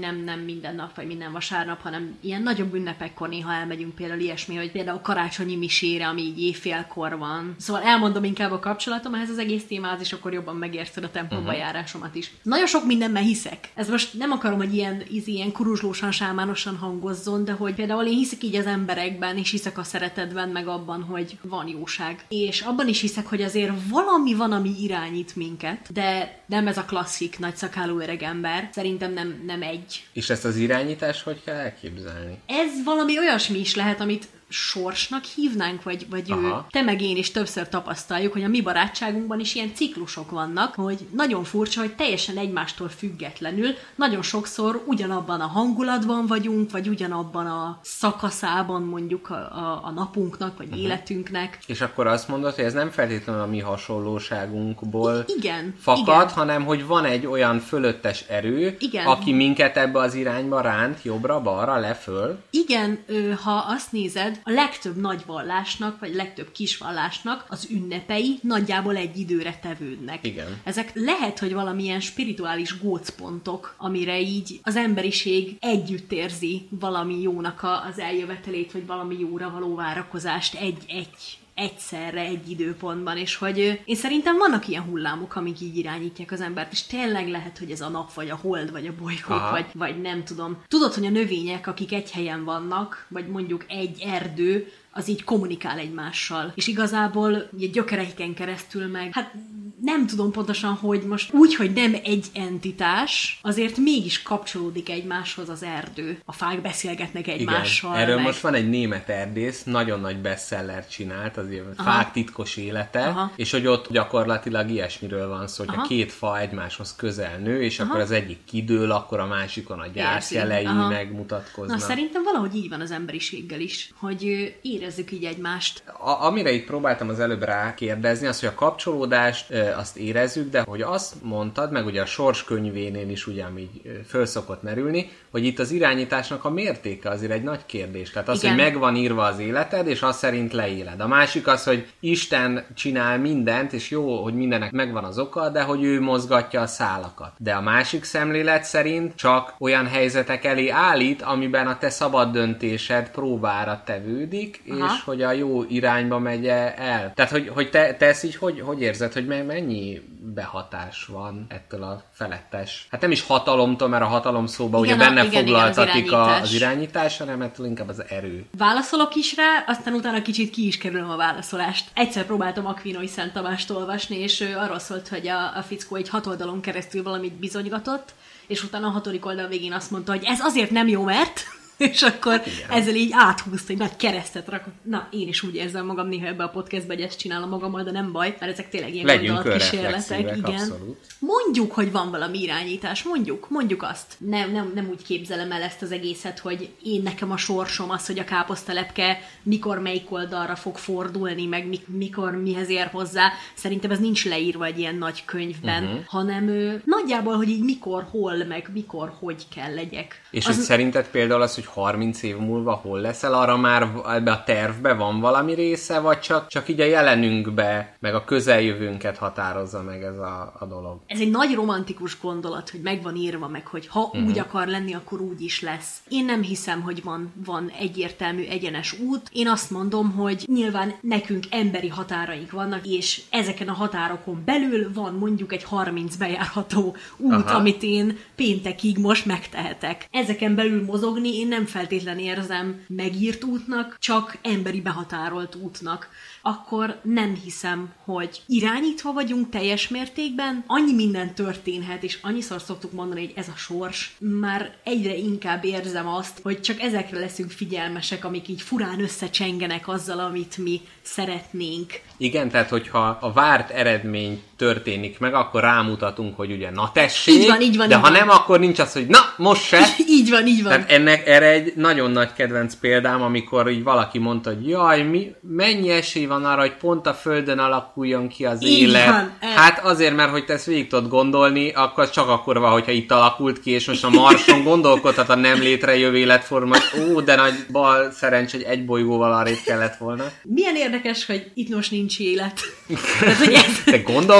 nem, nem minden nap, vagy minden vasárnap, hanem ilyen nagyobb ünnepekkor néha elmegyünk például ilyesmi, hogy például karácsonyi misére, ami így éjfélkor van. Szóval elmondom inkább a kapcsolatom ehhez az egész témához, és akkor jobban megérted a templomba uh-huh. járásomat is. Nagyon sok mindenben hiszek. Ez most nem akarom, hogy ilyen, ilyen kuruzslósan, sámánosan hangozzon, de hogy például én hiszek így az emberekben, és hiszek a szeretetben, meg abban, hogy van jóság. És abban is hiszek, hogy azért valami van, ami irányít minket, de nem ez a klasszik nagy szakálú öreg ember. Szerintem nem, nem egy. És ezt az irányítást hogy kell elképzelni? Ez valami olyasmi is lehet, amit sorsnak hívnánk, vagy, vagy ő, te meg én is többször tapasztaljuk, hogy a mi barátságunkban is ilyen ciklusok vannak, hogy nagyon furcsa, hogy teljesen egymástól függetlenül nagyon sokszor ugyanabban a hangulatban vagyunk, vagy ugyanabban a szakaszában mondjuk a, a, a napunknak, vagy uh-huh. életünknek. És akkor azt mondod, hogy ez nem feltétlenül a mi hasonlóságunkból igen, fakad, igen. hanem hogy van egy olyan fölöttes erő, igen. aki minket ebbe az irányba ránt, jobbra, balra, le, föl. Igen, ha azt nézed, a legtöbb nagy vallásnak, vagy legtöbb kis vallásnak az ünnepei nagyjából egy időre tevődnek. Igen. Ezek lehet, hogy valamilyen spirituális gócpontok, amire így az emberiség együtt érzi valami jónak az eljövetelét, vagy valami jóra való várakozást egy-egy egyszerre, egy időpontban, és hogy én szerintem vannak ilyen hullámok, amik így irányítják az embert, és tényleg lehet, hogy ez a nap, vagy a hold, vagy a bolygók, vagy, vagy nem tudom. Tudod, hogy a növények, akik egy helyen vannak, vagy mondjuk egy erdő, az így kommunikál egymással. És igazából ugye gyökereiken keresztül meg, hát nem tudom pontosan, hogy most úgy, hogy nem egy entitás, azért mégis kapcsolódik egymáshoz az erdő. A fák beszélgetnek egymással. Igen. Erről meg... most van egy német erdész, nagyon nagy bestseller csinált, az ilyen fák titkos élete, Aha. és hogy ott gyakorlatilag ilyesmiről van szó, hogyha Aha. két fa egymáshoz közel nő, és Aha. akkor az egyik kidől, akkor a másikon a gyászjelei megmutatkoznak. Na, szerintem valahogy így van az emberiséggel is, hogy érezzük így egymást. A, amire itt próbáltam az előbb rákérdezni, az, hogy a kapcsolódást azt érezzük, de hogy azt mondtad, meg ugye a Sors könyvénél is ugyan így föl szokott merülni, hogy itt az irányításnak a mértéke azért egy nagy kérdés. Tehát az, Igen. hogy megvan írva az életed, és az szerint leéled. A másik az, hogy Isten csinál mindent, és jó, hogy mindennek megvan az oka, de hogy ő mozgatja a szálakat. De a másik szemlélet szerint csak olyan helyzetek elé állít, amiben a te szabad döntésed próbára tevődik, Aha. és hogy a jó irányba megy el. Tehát, hogy, hogy te, te ezt így hogy, hogy érzed, hogy mennyi behatás van ettől a felettes, hát nem is hatalomtól, mert a hatalom szóba igen, ugye benne igen, foglaltatik igen, az, irányítás. A, az irányítás, hanem ettől inkább az erő. Válaszolok is rá, aztán utána kicsit ki is kerülöm a válaszolást. Egyszer próbáltam Aquinoi Szent Tamást olvasni, és arról szólt, hogy a, a fickó egy hat oldalon keresztül valamit bizonygatott, és utána a hatodik oldal végén azt mondta, hogy ez azért nem jó, mert... és akkor igen. ezzel így áthúzta, egy nagy keresztet rakott. Na, én is úgy érzem magam néha ebbe a podcastba, hogy ezt csinálom magammal, de nem baj, mert ezek tényleg ilyen gondolatkísérletek. Igen. Abszolút. Mondjuk, hogy van valami irányítás, mondjuk, mondjuk azt. Nem, nem, nem úgy képzelem el ezt az egészet, hogy én nekem a sorsom az, hogy a káposztalepke mikor melyik oldalra fog fordulni, meg mikor mihez ér hozzá. Szerintem ez nincs leírva egy ilyen nagy könyvben, uh-huh. hanem ő, nagyjából, hogy így mikor, hol, meg mikor, hogy kell legyek. És az... hogy szerinted például az, hogy harminc év múlva hol leszel, arra már ebbe a tervbe van valami része, vagy csak, csak így a jelenünkbe, meg a közeljövőnket határozza meg ez a, a dolog? Ez egy nagy romantikus gondolat, hogy meg van írva, meg hogy ha uh-huh. úgy akar lenni, akkor úgy is lesz. Én nem hiszem, hogy van, van egyértelmű, egyenes út. Én azt mondom, hogy nyilván nekünk emberi határaink vannak, és ezeken a határokon belül van mondjuk egy harminc bejárható út, Aha. amit én péntekig most megtehetek. Ezeken belül mozogni én nem feltétlen érzem megírt útnak, csak emberi behatárolt útnak. Akkor nem hiszem, hogy irányítva vagyunk teljes mértékben. Annyi minden történhet, és annyiszor szoktuk mondani, hogy ez a sors. Már egyre inkább érzem azt, hogy csak ezekre leszünk figyelmesek, amik így furán összecsengenek azzal, amit mi szeretnénk. Igen, tehát hogyha a várt eredmény történik meg, akkor rámutatunk, hogy ugye na tessék, így van, így van, de így ha van. nem, akkor nincs az, hogy na, most se. Így van, így van. Tehát ennek erre egy nagyon nagy kedvenc példám, amikor így valaki mondta, hogy jaj, mi, mennyi esély van arra, hogy pont a Földön alakuljon ki az így élet. Van, hát azért, mert hogy te ezt végig tudod gondolni, akkor csak akkor van, hogyha itt alakult ki, és most a Marson gondolkodhat a nem létrejövő életforma, ó, de nagy bal szerencs, hogy egy bolygóval arrébb kellett volna. Milyen érdekes, hogy itt most nincs élet. Tehát, hogy ez... Te gondolkodtál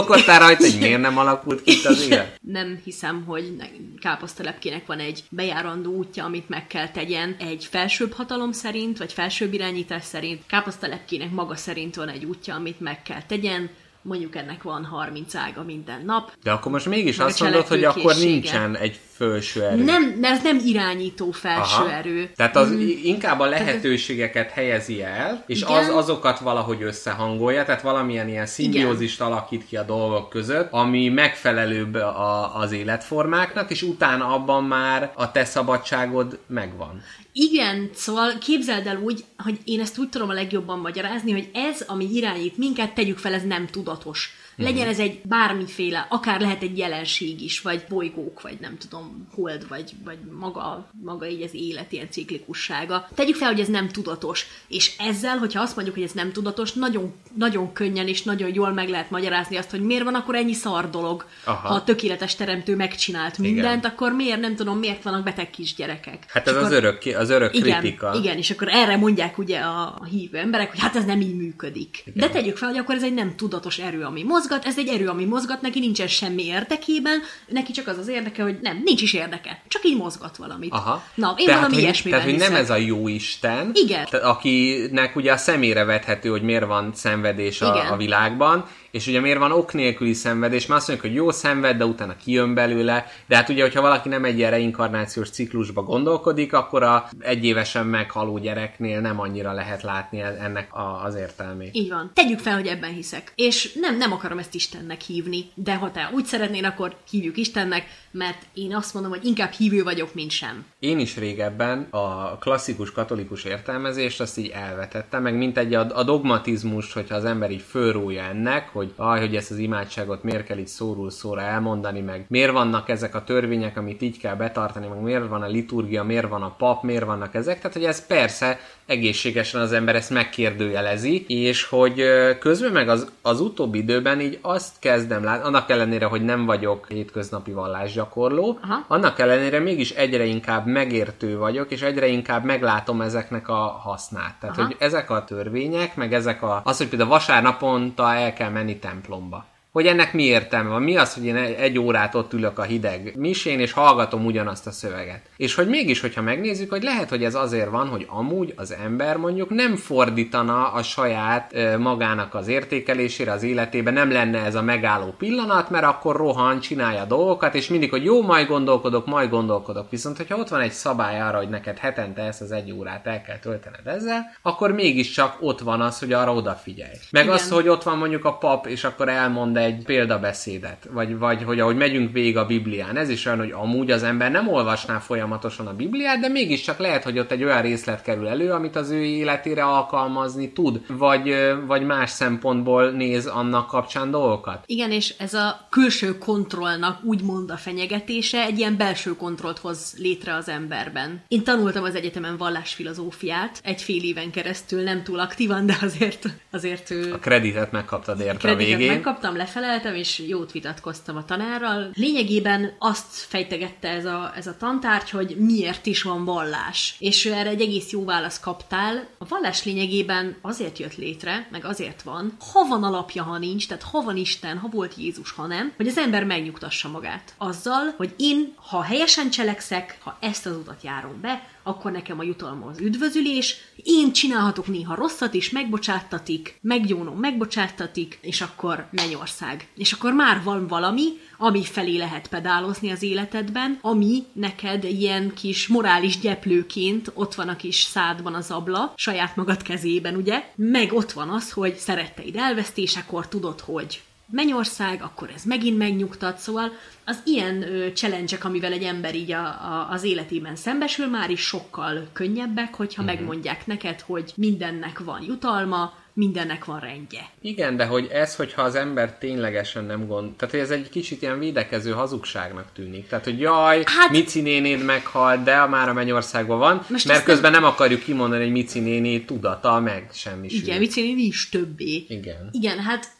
gondolkodtál rajta, hogy miért nem alakult ki itt az élet? Nem hiszem, hogy káposztalepkének van egy bejárandó útja, amit meg kell tegyen egy felsőbb hatalom szerint, vagy felsőbb irányítás szerint. Káposztalepkének maga szerint van egy útja, amit meg kell tegyen. Mondjuk ennek van harminc ága minden nap. De akkor most mégis azt mondod, hogy akkor nincsen egy felső erő. Nem, ez nem irányító felső Aha. erő. Tehát az mm. inkább a lehetőségeket helyezi el, és az, azokat valahogy összehangolja, tehát valamilyen ilyen szimbiózist alakít ki a dolgok között, ami megfelelőbb a, az életformáknak, és utána abban már a te szabadságod megvan. Igen, szóval képzeld el úgy, hogy én ezt úgy tudom a legjobban magyarázni, hogy ez, ami irányít minket, tegyük fel, ez nem tudatos. Legyen ez egy bármiféle, akár lehet egy jelenség is, vagy bolygók, vagy nem tudom, hold, vagy, vagy maga, maga így az élet ilyen ciklikussága. Tegyük fel, hogy ez nem tudatos. És ezzel, hogyha azt mondjuk, hogy ez nem tudatos, nagyon, nagyon könnyen és nagyon jól meg lehet magyarázni azt, hogy miért van akkor ennyi szar dolog. Aha. Ha a tökéletes teremtő megcsinált mindent, igen. akkor miért, nem tudom, miért vannak beteg kisgyerekek. Hát ez akkor, az örök, az örök igen, kritika. Igen, és akkor erre mondják ugye a, a hívő emberek, hogy hát ez nem így működik. Igen. De tegyük fel, hogy akkor ez egy nem tudatos erő, ami mozgat, ez egy erő, ami mozgat, neki nincsen semmi érdekében, neki csak az az érdeke, hogy nem, nincs is érdeke, csak így mozgat valamit. Aha. Na, én tehát, valami hogy, ilyesmivel Tehát, hogy nem hiszek. ez a jó Isten, igen. Tehát, akinek ugye a szemére vethető, hogy miért van szenvedés a, a világban, és ugye miért van ok nélküli szenvedés, mert azt mondjuk, hogy jó szenved, de utána kijön belőle, de hát ugye, hogyha valaki nem egy ilyen reinkarnációs ciklusba gondolkodik, akkor a egyévesen meghaló gyereknél nem annyira lehet látni ennek a, az értelmét. Így van. Tegyük fel, hogy ebben hiszek. És nem, nem akarom ezt Istennek hívni, de ha te úgy szeretnél, akkor hívjuk Istennek, mert én azt mondom, hogy inkább hívő vagyok, mint sem. Én is régebben a klasszikus katolikus értelmezést azt így elvetettem, meg mint egy a, a dogmatizmust, hogyha az ember így fölrója ennek, hogy aj, hogy ezt az imádságot miért kell így szóról szóra elmondani, meg miért vannak ezek a törvények, amit így kell betartani, meg miért van a liturgia, miért van a pap, miért vannak ezek, tehát hogy ez persze egészségesen az ember ezt megkérdőjelezi, és hogy közben meg az, az utóbbi időben így azt kezdem látni, annak ellenére, hogy nem vagyok hétköznapi vallásgyakorló, Aha. annak ellenére mégis egyre inkább megértő vagyok, és egyre inkább meglátom ezeknek a hasznát. Tehát, Aha. hogy ezek a törvények, meg ezek a, az, hogy például vasárnaponta el kell menni templomba. Hogy ennek mi értelme van? Mi az, hogy én egy órát ott ülök a hideg misén, és hallgatom ugyanazt a szöveget? És hogy mégis, hogyha megnézzük, hogy lehet, hogy ez azért van, hogy amúgy az ember mondjuk nem fordítana a saját e, magának az értékelésére, az életében, nem lenne ez a megálló pillanat, mert akkor rohan, csinálja dolgokat, és mindig, hogy jó, majd gondolkodok, majd gondolkodok. Viszont, hogyha ott van egy szabály arra, hogy neked hetente ezt az egy órát el kell töltened ezzel, akkor mégiscsak ott van az, hogy arra odafigyelj. Meg Igen. az, hogy ott van mondjuk a pap, és akkor elmond egy példabeszédet, vagy, vagy hogy ahogy megyünk végig a Biblián, ez is olyan, hogy amúgy az ember nem olvasná folyamatosan a Bibliát, de mégiscsak lehet, hogy ott egy olyan részlet kerül elő, amit az ő életére alkalmazni tud, vagy, vagy más szempontból néz annak kapcsán dolgokat. Igen, és ez a külső kontrollnak úgymond a fenyegetése egy ilyen belső kontrollt hoz létre az emberben. Én tanultam az egyetemen vallásfilozófiát, egy fél éven keresztül, nem túl aktívan, de azért... azért a kreditet megkaptad érte a végén. Megkaptam, lefeleltem, és jót vitatkoztam a tanárral. Lényegében azt fejtegette ez a, ez a tantárgy, hogy miért is van vallás. És erre egy egész jó választ kaptál. A vallás lényegében azért jött létre, meg azért van, ha van alapja, ha nincs, tehát ha van Isten, ha volt Jézus, ha nem, hogy az ember megnyugtassa magát. Azzal, hogy én, ha helyesen cselekszek, ha ezt az utat járom be, akkor nekem a jutalma az üdvözülés, én csinálhatok néha rosszat is, megbocsáttatik, meggyónom, megbocsáttatik, és akkor mennyország. És akkor már van valami, ami felé lehet pedálozni az életedben, ami neked ilyen kis morális gyeplőként ott van a kis szádban az abla, saját magad kezében, ugye? Meg ott van az, hogy szeretteid elvesztésekor tudod, hogy mennyország, akkor ez megint megnyugtat, szóval az ilyen ö, challenge-ek, amivel egy ember így a, a, az életében szembesül, már is sokkal könnyebbek, hogyha uh-huh. megmondják neked, hogy mindennek van jutalma, mindennek van rendje. Igen, de hogy ez, hogyha az ember ténylegesen nem gond... Tehát, hogy ez egy kicsit ilyen védekező hazugságnak tűnik. Tehát, hogy jaj, hát... Mici nénéd meghalt, de már a mennyországban van, most mert közben nem... nem akarjuk kimondani, hogy Mici néni tudata meg semmi. Igen, Mici néni is többé. Igen. Igen, hát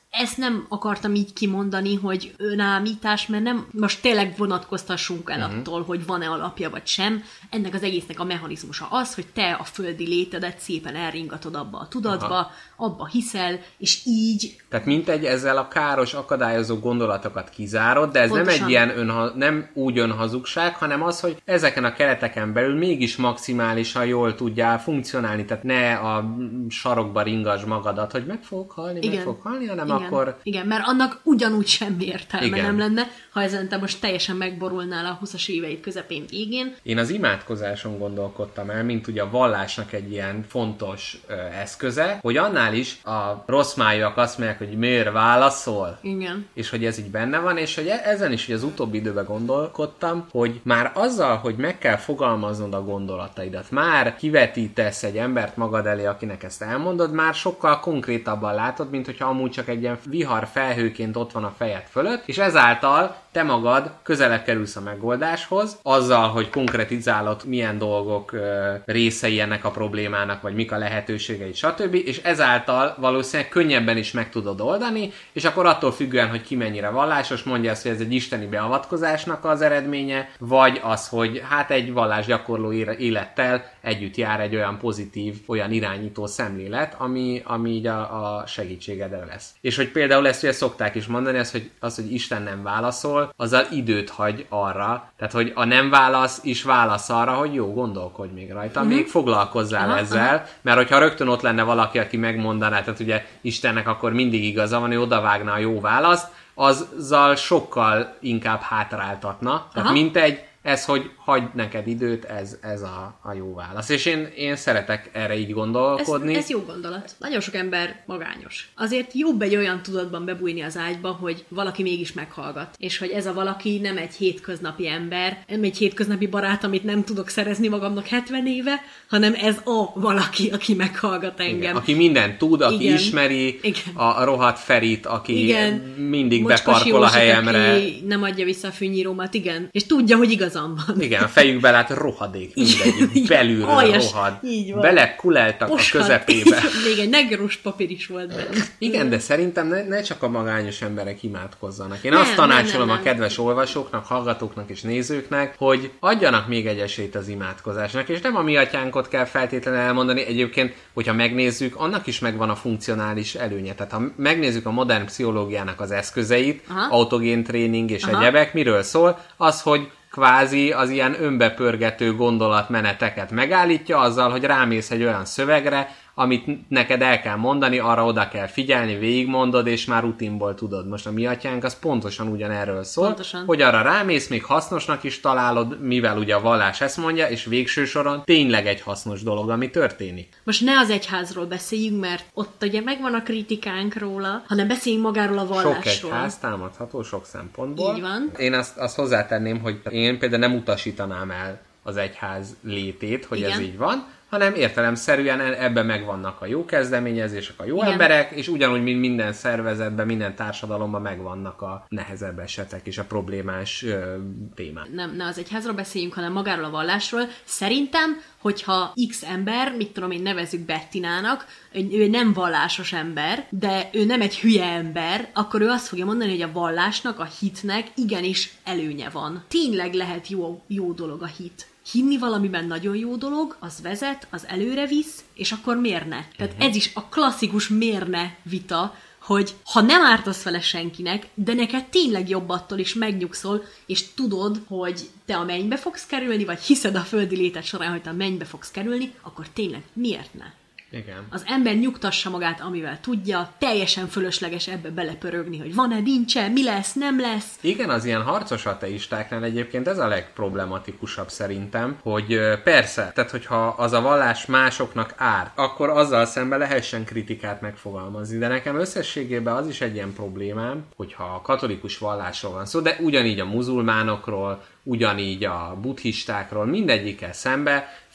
ezt nem akartam így kimondani, hogy önállítás, mert nem, most tényleg vonatkoztassunk el uh-huh. attól, hogy van-e alapja vagy sem. Ennek az egésznek a mechanizmusa az, hogy te a földi létedet szépen elringatod abba a tudatba, aha. abba hiszel, és így... Tehát mintegy ezzel a káros, akadályozó gondolatokat kizárod, de ez pontosan. nem egy ilyen önha, nem úgy önhazugság, hanem az, hogy ezeken a kereteken belül mégis maximálisan jól tudjál funkcionálni, tehát ne a sarokba ringasd magadat, hogy meg fogok halni, igen. meg fogok halni, hanem igen. akkor... Igen, mert annak ugyanúgy semmi értelme igen. nem lenne, ha ezen te most teljesen megborulnál a huszas éveid közepén végén. Én az imádkozáson gondolkodtam el, mint ugye a vallásnak egy ilyen fontos ö, eszköze, hogy annál is a rossz májúak azt mondják, hogy miért válaszol, igen. és hogy ez így benne van, és hogy ezen is hogy az utóbbi időben gondolkodtam, hogy már azzal, hogy meg kell fogalmaznod a gondolataidat, már kivetítesz egy embert magad elé, akinek ezt elmondod, már sokkal konkrétabban látod, mint hogyha amúgy csak egy ilyen vihar felhőként ott van a fejed fölött, és ezáltal te magad közelebb kerülsz a megoldáshoz, azzal, hogy konkretizálod, milyen dolgok ö, részei ennek a problémának, vagy mik a lehetőségei, stb. És ezáltal valószínűleg könnyebben is meg tudod oldani, és akkor attól függően, hogy ki mennyire vallásos, mondja azt, hogy ez egy isteni beavatkozásnak az eredménye, vagy az, hogy hát egy vallásgyakorló élettel együtt jár egy olyan pozitív, olyan irányító szemlélet, ami, ami így a, a segítségedre lesz. És hogy például ezt ugye szokták is mondani, az, hogy, az, hogy Isten nem válaszol, azzal időt hagy arra, tehát hogy a nem válasz is válasz arra, hogy jó, gondolkodj még rajta, uh-huh. még foglalkozzál aha, ezzel, aha. mert hogyha rögtön ott lenne valaki, aki megmondaná, tehát ugye Istennek akkor mindig igaza van, hogy odavágna a jó választ, azzal sokkal inkább hátráltatna, tehát aha. mintegy, ez, hogy hagyd neked időt, ez, ez a, a jó válasz. És én, én szeretek erre így gondolkodni. Ez, ez jó gondolat. Nagyon sok ember magányos. Azért jobb egy olyan tudatban bebújni az ágyba, hogy valaki mégis meghallgat. És hogy ez a valaki nem egy hétköznapi ember, nem egy hétköznapi barát, amit nem tudok szerezni magamnak hetven éve, hanem ez a valaki, aki meghallgat engem. Igen, aki mindent tud, aki igen. ismeri igen. a rohadt Ferit, aki igen. mindig Mocskos beparkol a helyemre. Aki nem adja vissza a fűnyírómat, igen. És tudja, hogy igazam van. Igen, a fejükbe lát rohadék mindegyik, belülről aljas, rohad. Belekuleltak a közepébe. Még egy negrós papír is volt benne. Igen, de szerintem ne, ne csak a magányos emberek imádkozzanak. Én nem, azt tanácsolom nem, nem, a kedves olvasóknak, hallgatóknak és nézőknek, hogy adjanak még egy esélyt az imádkozásnak, és nem a mi atyánkot kell feltétlenül elmondani. Egyébként, hogyha megnézzük, annak is megvan a funkcionális előnye. Tehát ha megnézzük a modern pszichológiának az eszközeit, aha. autogén tréning és aha. egyebek, miről szól, az, hogy kvázi az ilyen önbepörgető gondolatmeneteket megállítja azzal, hogy rámész egy olyan szövegre, amit neked el kell mondani, arra oda kell figyelni, végigmondod, és már rutinból tudod. Most a mi atyánk az pontosan ugyanerről szól, pontosan. Hogy arra rámész, még hasznosnak is találod, mivel ugye a vallás ezt mondja, és végső soron tényleg egy hasznos dolog, ami történik. Most ne az egyházról beszéljünk, mert ott ugye megvan a kritikánk róla, hanem beszéljünk magáról a vallásról. Sok egyház támadható sok szempontból. Így van. Én azt, azt hozzátenném, hogy én például nem utasítanám el az egyház létét, hogy igen. ez így van, hanem értelemszerűen ebben megvannak a jó kezdeményezések, a jó igen. emberek, és ugyanúgy, mint minden szervezetben, minden társadalomban megvannak a nehezebb esetek és a problémás ö, témák. Nem, ne az egyházról beszéljünk, hanem magáról a vallásról. Szerintem, hogyha X ember, mit tudom én, nevezzük Bettinának, ő nem vallásos ember, de ő nem egy hülye ember, akkor ő azt fogja mondani, hogy a vallásnak, a hitnek igenis előnye van. Tényleg lehet jó, jó dolog a hit. Hinni valamiben nagyon jó dolog, az vezet, az előre visz, és akkor miért ne? Tehát ez is a klasszikus miért ne vita, hogy ha nem ártasz vele senkinek, de neked tényleg jobb attól is megnyugszol, és tudod, hogy te a mennybe fogsz kerülni, vagy hiszed a földi léted során, hogy te a mennybe fogsz kerülni, akkor tényleg miért ne? Igen. Az ember nyugtassa magát, amivel tudja, teljesen fölösleges ebbe belepörögni, hogy van-e, nincs-e, mi lesz, nem lesz. Igen, az ilyen harcos ateistáknál egyébként ez a legproblematikusabb szerintem, hogy persze, tehát hogyha az a vallás másoknak árt, akkor azzal szemben lehessen kritikát megfogalmazni, de nekem összességében az is egy ilyen problémám, hogyha a katolikus vallásról van szó, de ugyanígy a muzulmánokról, ugyanígy a buddhistákról, mindegyikkel szembe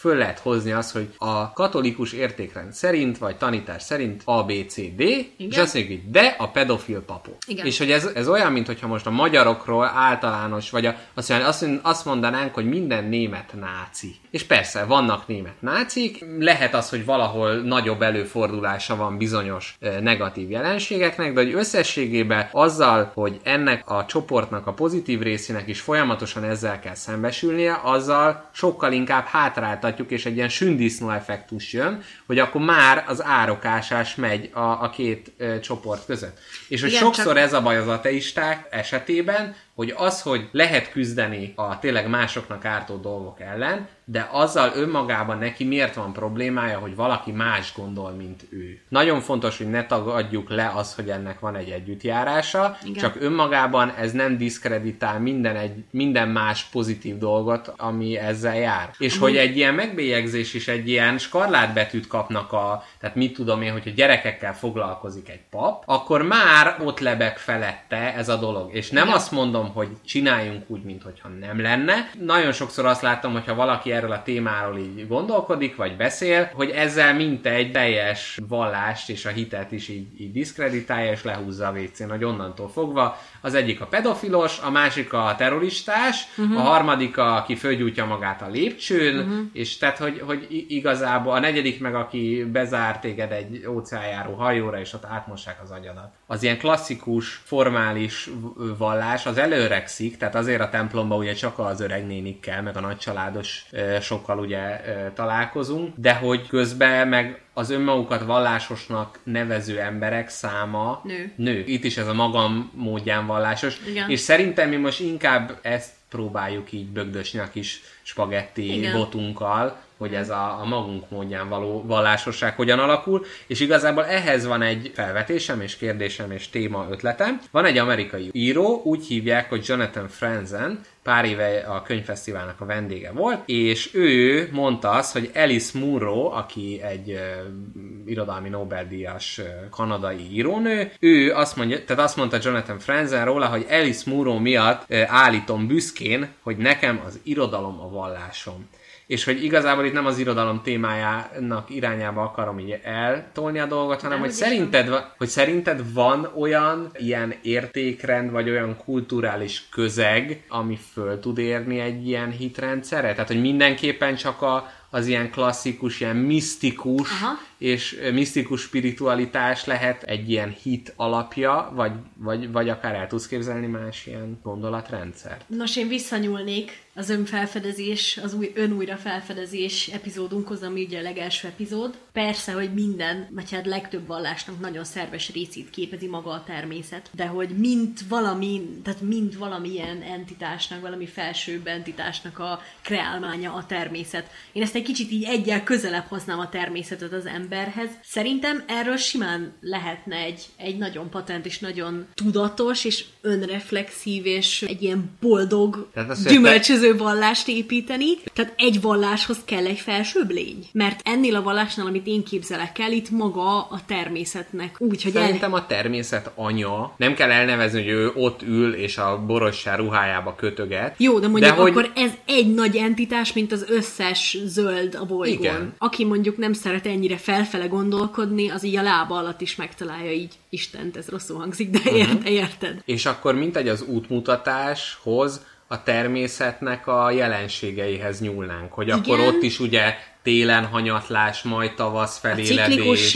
föl lehet hozni azt, hogy a katolikus értékrend szerint, vagy tanítás szerint A, B, C, D, igen. És azt mondjuk, hogy de a pedofil papok. Igen. És hogy ez, ez olyan, mintha most a magyarokról általános, vagy a, azt, azt, azt mondanánk, hogy minden német náci. És persze, vannak német nácik, lehet az, hogy valahol nagyobb előfordulása van bizonyos e, negatív jelenségeknek, de hogy összességében azzal, hogy ennek a csoportnak a pozitív részének is folyamatosan ezzel kell szembesülnie, azzal sokkal inkább hátráltatjuk, és egy ilyen sündisznó effektus jön, hogy akkor már az árokásás megy a, a két e, csoport között. És hogy igen, sokszor csak... ez a baj az ateisták esetében, hogy az, hogy lehet küzdeni a tényleg másoknak ártó dolgok ellen, de azzal önmagában neki miért van problémája, hogy valaki más gondol, mint ő. Nagyon fontos, hogy ne tagadjuk le az, hogy ennek van egy együttjárása, igen. Csak önmagában ez nem diszkreditál minden, egy, minden más pozitív dolgot, ami ezzel jár. És hogy egy ilyen megbélyegzés is egy ilyen skarlátbetűt kapnak a, tehát mit tudom én, hogyha gyerekekkel foglalkozik egy pap, akkor már ott lebeg felette ez a dolog. És nem igen. Azt mondom, hogy csináljunk úgy, mintha nem lenne. Nagyon sokszor azt láttam, hogyha valaki erről a témáról így gondolkodik, vagy beszél, hogy ezzel mintegy teljes vallást és a hitet is így, így diszkreditálja, és lehúzza a vécén, hogy onnantól fogva az egyik a pedofilos, a másik a terroristás, uh-huh. A harmadik, aki fölgyújtja magát a lépcsőn, uh-huh. És tehát, hogy, hogy igazából a negyedik meg, aki bezár téged egy óceánjáró hajóra, és ott átmossák az agyadat. Az ilyen klasszikus, formális vallás, az előregszik, tehát azért a templomban ugye csak az öreg nénikkel, meg a nagycsaládos sokkal ugye találkozunk, de hogy közben meg az önmagukat vallásosnak nevező emberek száma nő. nő. Itt is ez a magam módján vallásos. Igen. És szerintem mi most inkább ezt próbáljuk így bögdösni a kis spagetti igen. botunkkal, hogy ez a, a magunk módján való vallásosság hogyan alakul, és igazából ehhez van egy felvetésem, és kérdésem, és téma ötletem. Van egy amerikai író, úgy hívják, hogy Jonathan Franzen, pár éve a könyvfesztiválnak a vendége volt, és ő mondta azt, hogy Alice Munro, aki egy uh, irodalmi Nobel-díjas uh, kanadai írónő, ő azt mondja, tehát azt mondta Jonathan Franzen róla, hogy Alice Munro miatt uh, állítom büszkén, hogy nekem az irodalom a vallásom. És hogy igazából itt nem az irodalom témájának irányába akarom így eltolni a dolgot, hanem hogy szerinted, va- hogy szerinted van olyan ilyen értékrend, vagy olyan kulturális közeg, ami föl tud érni egy ilyen hitrendszerre? Tehát, hogy mindenképpen csak a, az ilyen klasszikus, ilyen misztikus, aha. és misztikus spiritualitás lehet egy ilyen hit alapja, vagy, vagy, vagy akár el tudsz képzelni más ilyen gondolatrendszert? Nos, én visszanyúlnék az önfelfedezés, az új önújrafelfedezés epizódunkhoz, ami ugye a legelső epizód. Persze, hogy minden, vagy hát legtöbb vallásnak nagyon szerves részét képezi maga a természet, de hogy mint valami, tehát mint valamilyen entitásnak, valami felsőbb entitásnak a kreálmánya a természet. Én ezt egy kicsit így egyel közelebb hoznám a természetet az emberhez. Szerintem erről simán lehetne egy, egy nagyon patent és nagyon tudatos és önreflexív és egy ilyen boldog, gyümölcsöző vallást építeni. Tehát egy valláshoz kell egy felsőbb lény. Mert ennél a vallásnál, amit én képzelek el, itt maga a természetnek. Úgy, hogy szerintem el... a természet anya, nem kell elnevezni, hogy ő ott ül és a borossá ruhájába kötöget. Jó, de mondjuk de akkor hogy... ez egy nagy entitás, mint az összes zöld a bolygón. Igen. Aki mondjuk nem szeret ennyire felfele gondolkodni, az így a lába alatt is megtalálja így Istent. Ez rosszul hangzik, de uh-huh. érte, érted. És akkor mintegy az útmutatáshoz a természetnek a jelenségeihez nyúlnánk, hogy igen. Akkor ott is ugye télen hanyatlás, majd tavasz feléledés,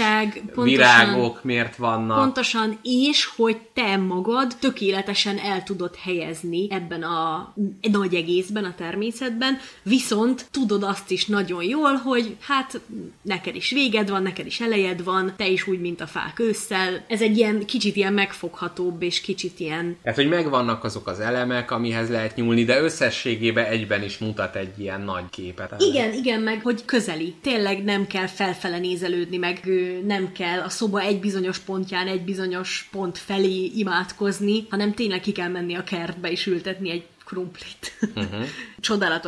virágok miért vannak. Pontosan, és hogy te magad tökéletesen el tudod helyezni ebben a nagy egészben, a természetben, viszont tudod azt is nagyon jól, hogy hát neked is véged van, neked is elejed van, te is úgy, mint a fák ősszel. Ez egy ilyen kicsit ilyen megfoghatóbb, és kicsit ilyen... Tehát, hogy megvannak azok az elemek, amihez lehet nyúlni, de összességében egyben is mutat egy ilyen nagy képet. Igen, igen, meg hogy közeli. Tényleg nem kell felfele nézelődni, meg nem kell a szoba egy bizonyos pontján egy bizonyos pont felé imádkozni, hanem tényleg ki kell menni a kertbe és ültetni egy krumplit. Uh-huh. Csodálatos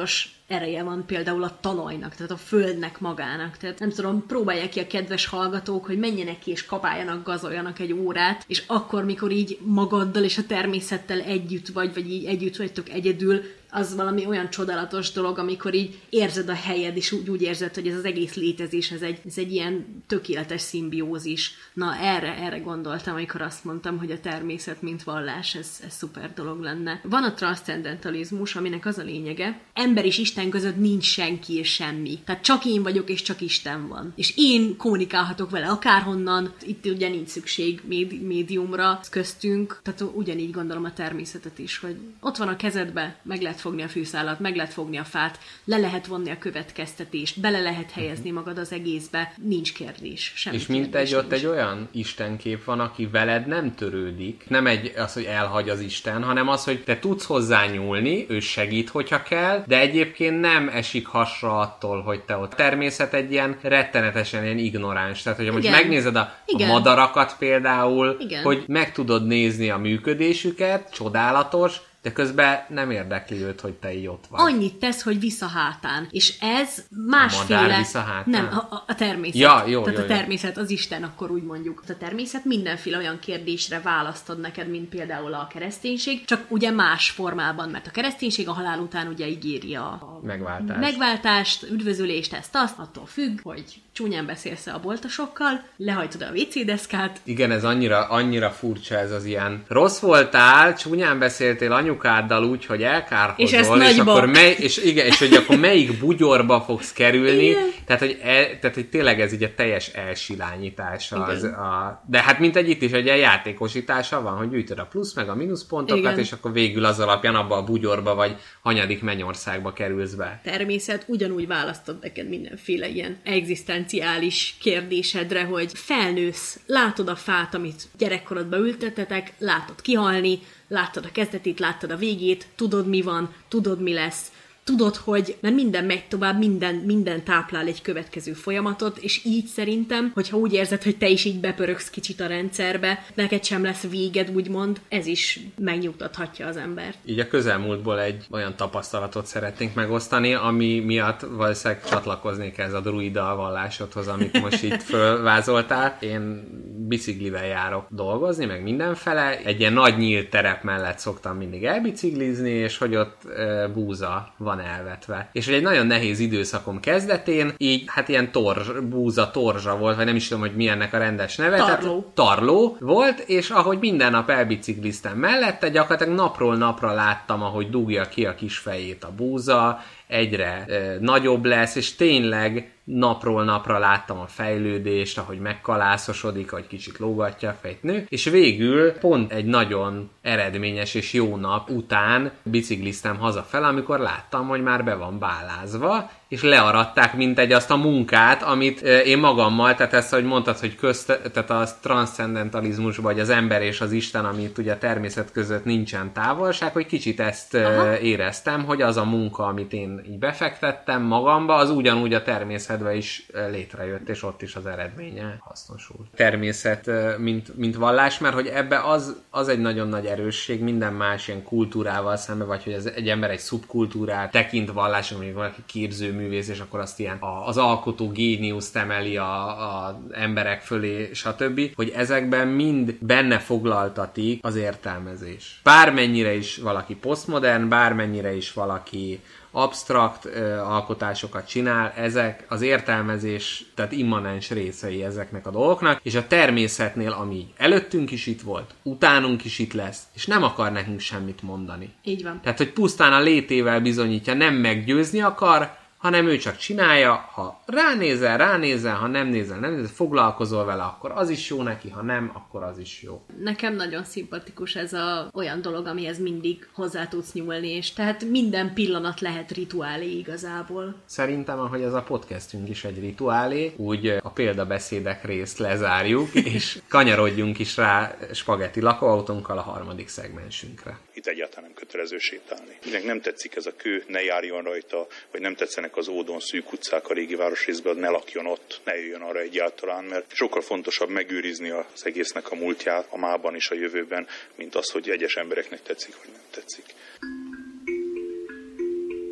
ereje van például a talajnak, tehát a földnek magának. Tehát nem tudom, próbálják ki a kedves hallgatók, hogy menjenek ki és kapáljanak, gazoljanak egy órát, és akkor, mikor így magaddal és a természettel együtt vagy, vagy így együtt vagytok egyedül, az valami olyan csodálatos dolog, amikor így érzed a helyed, és úgy, úgy érzed, hogy ez az egész létezés, ez egy, ez egy ilyen tökéletes szimbiózis. Na, erre, erre gondoltam, amikor azt mondtam, hogy a természet, mint vallás, ez, ez szuper dolog lenne. Van a transzcendentalizmus, aminek az a lényege, ember és Isten között nincs senki és semmi. Tehát csak én vagyok, és csak Isten van. És én kommunikálhatok vele akárhonnan, itt ugye nincs szükség médi- médiumra köztünk, tehát ugyanígy gondolom a természetet is, hogy ott van a kezedbe, meg lehet fogni a fűszálat, meg lehet fogni a fát, le lehet vonni a következtetést, bele lehet helyezni magad az egészbe, nincs kérdés. Semmi és mint egy ott egy olyan istenkép van, aki veled nem törődik. Nem egy az, hogy elhagy az Isten, hanem az, hogy te tudsz hozzányúlni, ő segít, hogyha kell, de egyébként nem esik hasra attól, hogy te ott. A természet egy ilyen rettenetesen ilyen ignoráns. Tehát, hogyha most megnézed a, a madarakat például, igen, hogy meg tudod nézni a működésüket, csodálatos, de közben nem érdekli őt, hogy te így ott vagy. Annyit tesz, hogy vissza hátán. És ez másféle... A madár vissza hátán? Nem, a, a természet. Ja, jó, Tehát jó, a természet, az Isten, akkor úgy mondjuk. A természet mindenféle olyan kérdésre választ ad neked, mint például a kereszténység, csak ugye más formában, mert a kereszténység a halál után ugye ígéri a, a megváltást. megváltást, üdvözölést, ezt azt, attól függ, hogy csúnyán beszélsz a boltosokkal, lehajtod a vé cé deszkát. Igen, ez annyira, annyira furcsa ez az ilyen. Rossz voltál, csúnyán beszéltél anyukáddal úgy, hogy elkárhozol, és, ezt és akkor mely, és igen, és hogy akkor melyik bugyorba fogsz kerülni, igen. Tehát, hogy el, tehát, hogy tényleg ez így a teljes elsilányítása. Az a, de hát mint egy itt is egy ilyen játékosítása van, hogy gyűjtöd a plusz meg a mínusz pontokat, igen. És akkor végül az alapján abba a bugyorba vagy hanyadik mennyországba kerülsz be. Természet ugyanúgy választod neked mindenféle ilyen egzisztenciális kérdésedre, hogy felnősz, látod a fát, amit gyerekkorodban ültetetek, látod kihalni, láttad a kezdetét, láttad a végét, tudod mi van, tudod mi lesz, tudod, hogy mert minden megy tovább, minden, minden táplál egy következő folyamatot, és így szerintem, hogyha úgy érzed, hogy te is így bepörögsz kicsit a rendszerbe, neked sem lesz véged, úgymond, ez is megnyugtathatja az embert. Így a közelmúltból egy olyan tapasztalatot szeretnénk megosztani, ami miatt valószínűleg csatlakoznék ez a druida vallásodhoz, amit most itt fölvázoltál. Én biciklivel járok dolgozni, meg mindenfele. Egy ilyen nagy nyílt terep mellett szoktam mindig elbiciklizni, és hogy ott e, búza van elvetve. És hogy egy nagyon nehéz időszakom kezdetén, így hát ilyen torzs, búza torzsa volt, vagy nem is tudom, hogy mi ennek a rendes neve. Tarló. Tehát, tarló volt, és ahogy minden nap elbicikliztem mellette, gyakorlatilag napról napra láttam, ahogy dugja ki a kis fejét a búza, egyre e, nagyobb lesz, és tényleg napról napra láttam a fejlődést, ahogy megkalászosodik, ahogy kicsit lógatja a fejt nő, és végül pont egy nagyon eredményes és jó nap után bicikliztem hazafele, amikor láttam, hogy már be van bálázva, és learadták mintegy azt a munkát, amit én magammal, tehát ezt, hogy mondtad, hogy közt, tehát a transzcendentalizmus, vagy az ember és az Isten, amit ugye a természet között nincsen távolság, hogy kicsit ezt Aha. éreztem, hogy az a munka, amit én így befektettem magamba, az ugyanúgy a természetben is létrejött, és ott is az eredménye hasznosul. Természet, mint, mint vallás, mert hogy ebbe az, az egy nagyon nagy erősség, minden más ilyen kultúrával szemben, vagy hogy ez egy ember egy szubkultúrát tekint vallásra, mondjuk valaki képző művész, és akkor azt ilyen az alkotó géniuszt emeli a, a emberek fölé, stb., hogy ezekben mind benne foglaltatik az értelmezés. Bármennyire is valaki posztmodern, bármennyire is valaki absztrakt ö, alkotásokat csinál, ezek az értelmezés, tehát immanens részei ezeknek a dolgoknak, és a természetnél, ami előttünk is itt volt, utánunk is itt lesz, és nem akar nekünk semmit mondani. Így van. Tehát, hogy pusztán a létével bizonyítja, nem meggyőzni akar, hanem ő csak csinálja, ha ránézel, ránézel, ha nem nézel, nem nézel, foglalkozol vele, akkor az is jó neki, ha nem, akkor az is jó. Nekem nagyon szimpatikus ez a olyan dolog, amihez mindig hozzá tudsz nyúlni, és tehát minden pillanat lehet rituálé igazából. Szerintem, ahogy ez a podcastünk is egy rituálé, úgy a példabeszédek részt lezárjuk, és kanyarodjunk is rá spagetti lakóautónkkal a harmadik szegmensünkre. Itt egyáltalán nem kötelező sétálni. Mindenki nem tetszik ez a kő, ne járjon rajta, vagy nem tetszenek az ódon szűk utcák a régi városrészben, ne lakjon ott, ne jöjjön arra egyáltalán, mert sokkal fontosabb megőrizni az egésznek a múltját, a mában és a jövőben, mint az, hogy egyes embereknek tetszik, vagy nem tetszik.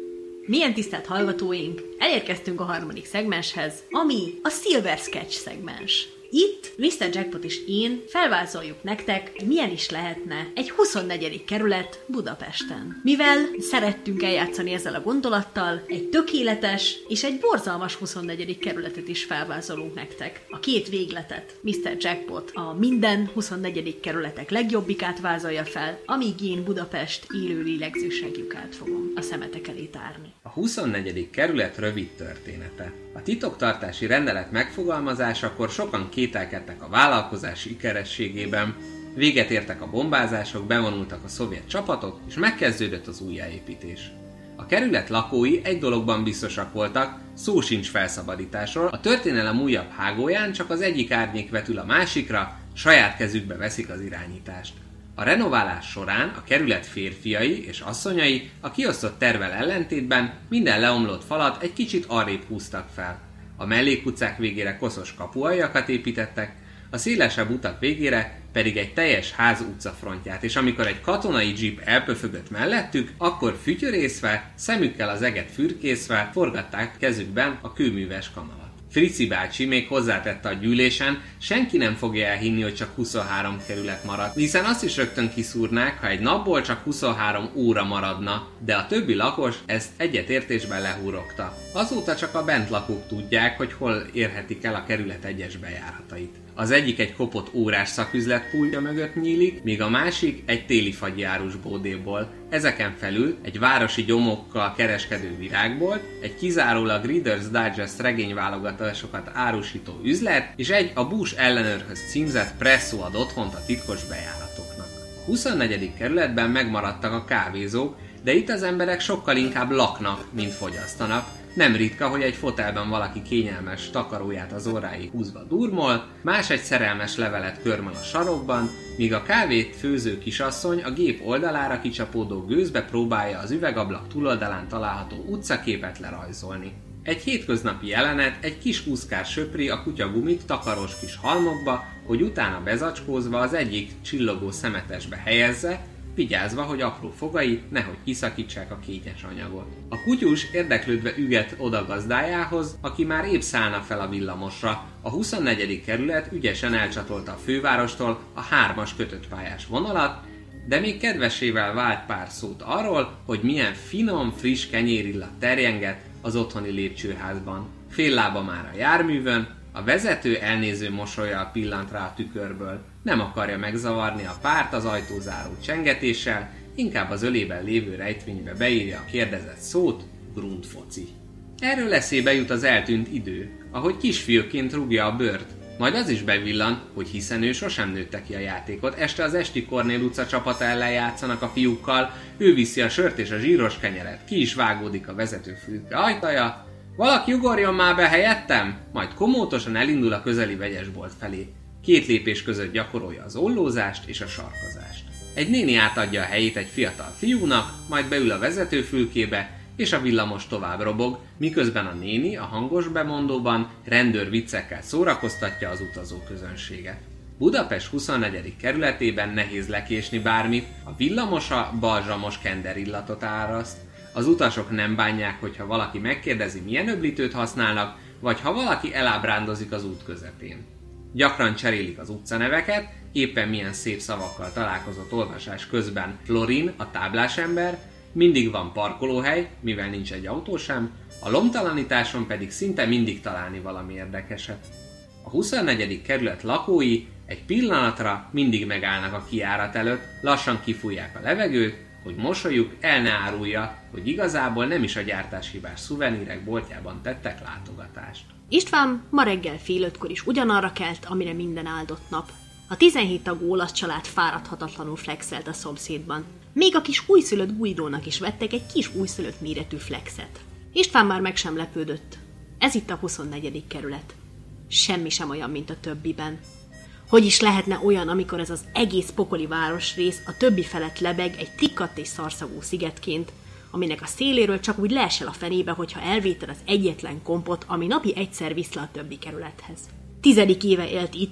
Milyen tisztelt hallgatóink, elérkeztünk a harmadik szegmenshez, ami a Silver Sketch szegmens. Itt miszter Jackpot és én felvázoljuk nektek, milyen is lehetne egy huszonnegyedik kerület Budapesten. Mivel szerettünk eljátszani ezzel a gondolattal, egy tökéletes és egy borzalmas huszonnegyedik kerületet is felvázolunk nektek. A két végletet miszter Jackpot a minden huszonnegyedik kerületek legjobbikát vázolja fel, amíg én Budapest élő lélegzősegjükát fogom a szemetek elé tárni. A huszonnegyedik kerület rövid története. A titoktartási rendelet megfogalmazásakor sokan kételkedtek a vállalkozás sikerességében, véget értek a bombázások, bevonultak a szovjet csapatok, és megkezdődött az újjáépítés. A kerület lakói egy dologban biztosak voltak, szó sincs felszabadításról, a történelem újabb hágóján csak az egyik árnyék vetül a másikra, saját kezükbe veszik az irányítást. A renoválás során a kerület férfiai és asszonyai a kiosztott tervvel ellentétben minden leomlott falat egy kicsit arrébb húztak fel. A mellékutcák végére koszos kapualjakat építettek, a szélesebb utak végére pedig egy teljes ház utcafrontját, és amikor egy katonai dzsip elpöfögött mellettük, akkor fütyörészve, szemükkel az eget fürkészve forgatták kezükben a kőműves kanalat. Frici bácsi még hozzátette a gyűlésen, senki nem fogja elhinni, hogy csak huszonhárom kerület maradt, hiszen azt is rögtön kiszúrnák, ha egy napból csak huszonhárom óra maradna, de a többi lakos ezt egyetértésben lehúrogta. Azóta csak a bentlakók tudják, hogy hol érhetik el a kerület egyes bejáratait. Az egyik egy kopott órás szaküzlet pultja mögött nyílik, míg a másik egy téli fagyjárus bódéból. Ezeken felül egy városi gyomokkal kereskedő virágbolt, egy kizárólag Reader's Digest regényválogatásokat árusító üzlet, és egy a Bush ellenőrhöz címzett presszó ad otthont a titkos bejáratoknak. A huszonnegyedik kerületben megmaradtak a kávézók, de itt az emberek sokkal inkább laknak, mint fogyasztanak. Nem ritka, hogy egy fotelben valaki kényelmes takaróját az orráig húzva durmol, más egy szerelmes levelet körmöl a sarokban, míg a kávét főző kisasszony a gép oldalára kicsapódó gőzbe próbálja az üvegablak túloldalán található utcaképet lerajzolni. Egy hétköznapi jelenet, egy kis úszkás söpri a kutyagumit takaros kis halmokba, hogy utána bezacskózva az egyik csillogó szemetesbe helyezze, vigyázva, hogy apró fogai nehogy kiszakítsák a kényes anyagot. A kutyus érdeklődve üget oda gazdájához, aki már épp szállna fel a villamosra. A huszonnegyedik kerület ügyesen elcsatolta a fővárostól a hármas kötött pályás vonalat, de még kedvesével vált pár szót arról, hogy milyen finom, friss kenyérillat terjenget az otthoni lépcsőházban. Fél lába már a járművön, a vezető elnéző mosollyal pillant rá a tükörből. Nem akarja megzavarni a párt az ajtózáró csengetéssel, inkább az ölében lévő rejtvénybe beírja a kérdezett szót, Grundfoci. Erről eszébe jut az eltűnt idő, ahogy kisfiúként rúgja a bőrt. Majd az is bevillan, hogy hiszen ő sosem nőtte ki a játékot, este az esti Kornél utca csapata ellen játszanak a fiúkkal, ő viszi a sört és a zsíros kenyeret, ki is vágódik a vezetőfülke ajtaja, valaki ugorjon már be helyettem, majd komótosan elindul a közeli vegyesbolt felé. Két lépés között gyakorolja az ollózást és a sarkazást. Egy néni átadja a helyét egy fiatal fiúnak, majd beül a vezetőfülkébe, és a villamos tovább robog, miközben a néni a hangos bemondóban rendőr viccekkel szórakoztatja az utazó közönséget. Budapest huszonnegyedik kerületében nehéz lekésni bármit, a villamosa balzsamos kenderillatot áraszt, az utasok nem bánják, hogyha valaki megkérdezi, milyen öblítőt használnak, vagy ha valaki elábrándozik az út közepén. Gyakran cserélik az utcaneveket, éppen milyen szép szavakkal találkozott olvasás közben Florin, a táblásember, mindig van parkolóhely, mivel nincs egy autó sem, a lomtalanításon pedig szinte mindig találni valami érdekeset. A huszonnegyedik kerület lakói egy pillanatra mindig megállnak a kijárat előtt, lassan kifújják a levegőt, hogy mosolyuk el ne árulja, hogy igazából nem is a gyártáshibás szuvenírek boltjában tettek látogatást. István ma reggel fél ötkor is ugyanarra kelt, amire minden áldott nap. A tizenhét tagú olasz család fáradhatatlanul flexelt a szomszédban. Még a kis újszülött Guidónak is vettek egy kis újszülött méretű flexet. István már meg sem lepődött. Ez itt a huszonnegyedik kerület. Semmi sem olyan, mint a többiben. Hogy is lehetne olyan, amikor ez az egész pokoli városrész a többi felett lebeg egy tikkadt és szarszagú szigetként, aminek a széléről csak úgy leesel a fenébe, hogyha elvétel az egyetlen kompot, ami napi egyszer visz le a többi kerülethez. Tizedik éve élt itt,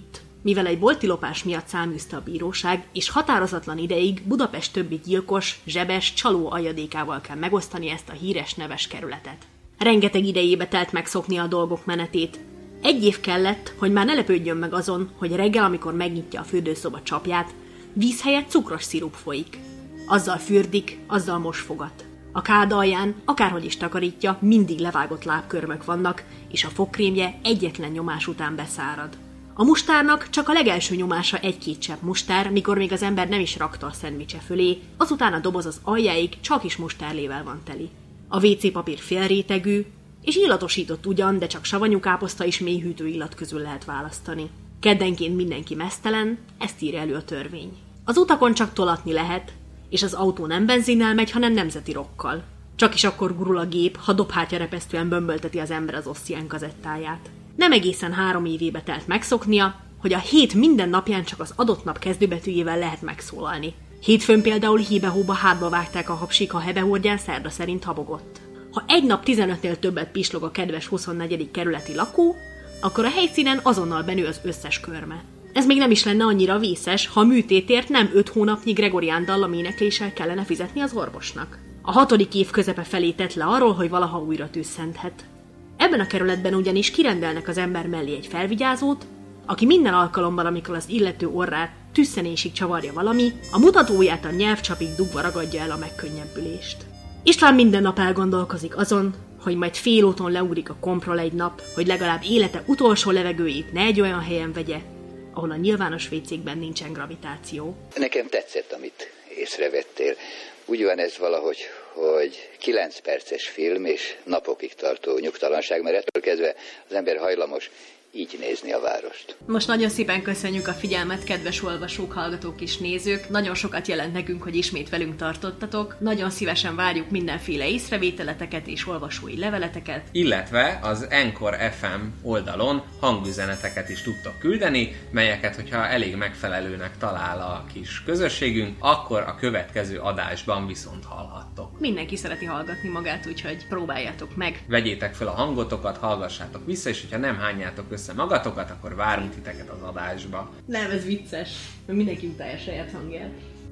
mivel egy boltilopás miatt száműzte a bíróság, és határozatlan ideig Budapest többi gyilkos, zsebes, csaló aljadékával kell megosztani ezt a híres neves kerületet. Rengeteg idejébe telt megszoknia a dolgok menetét. Egy év kellett, hogy már ne lepődjön meg azon, hogy reggel, amikor megnyitja a fürdőszoba csapját, víz helyett cukros szirup folyik. Azzal fürdik, azzal mosfogat. A kád alján, akárhogy is takarítja, mindig levágott lábkörmök vannak, és a fogkrémje egyetlen nyomás után beszárad. A mustárnak csak a legelső nyomása egy-két csepp mustár, mikor még az ember nem is rakta a szendvicse fölé, azután a doboz az aljáig csak is mustárlével van teli. A vé cé papír félrétegű, és illatosított ugyan, de csak savanyú káposzta és mélyhűtő illat közül lehet választani. Keddenként mindenki meztelen, ezt írja elő a törvény. Az utakon csak tolatni lehet, és az autó nem benzinnel megy, hanem nemzeti rokkal. Csak is akkor gurul a gép, ha dobhátja repesztően bömbölteti az ember az Ossian kazettáját. Nem egészen három évébe telt megszoknia, hogy a hét minden napján csak az adott nap kezdőbetűjével lehet megszólalni. Hétfőn például híbe-hóba hátba vágták a hapsik, ha hebehordján szerda szerint habogott. Ha egy nap tizenötnél többet pislog a kedves huszonnegyedik kerületi lakó, akkor a helyszínen azonnal benő az összes körme. Ez még nem is lenne annyira vészes, ha a műtétért nem öt hónapnyi Gregorián dallam énekléssel kellene fizetni az orvosnak. A hatodik év közepe felé tett le arról, hogy valaha újra tűzszenthet. Ebben a kerületben ugyanis kirendelnek az ember mellé egy felvigyázót, aki minden alkalommal, amikor az illető orrát tüsszenésig csavarja valami, a mutatóját a nyelvcsapig dugva ragadja el a megkönnyebbülést. István minden nap elgondolkozik azon, hogy majd félúton leugrik a kompról egy nap, hogy legalább élete utolsó levegőjét ne egy olyan helyen vegye, ahol a nyilvános vécékben nincsen gravitáció. Nekem tetszett, amit észrevettél. Úgy van ez valahogy, hogy kilenc perces film és napokig tartó nyugtalanság, mert ettől kezdve az ember hajlamos így nézni a várost. Most nagyon szépen köszönjük a figyelmet, kedves olvasók, hallgatók és nézők. Nagyon sokat jelent nekünk, hogy ismét velünk tartottatok. Nagyon szívesen várjuk mindenféle észrevételeteket és olvasói leveleteket. Illetve az Anchor ef em oldalon hangüzeneteket is tudtok küldeni, melyeket, hogyha elég megfelelőnek talál a kis közösségünk, akkor a következő adásban viszont hallhattok. Mindenki szereti hallgatni magát, úgyhogy próbáljátok meg. Vegyétek fel a hangotokat, hallgassátok vissza, és hogyha nem hányjátok össze magatokat, akkor várunk titeket az adásba. Nem, ez vicces, mert mindenki utálja saját hangját.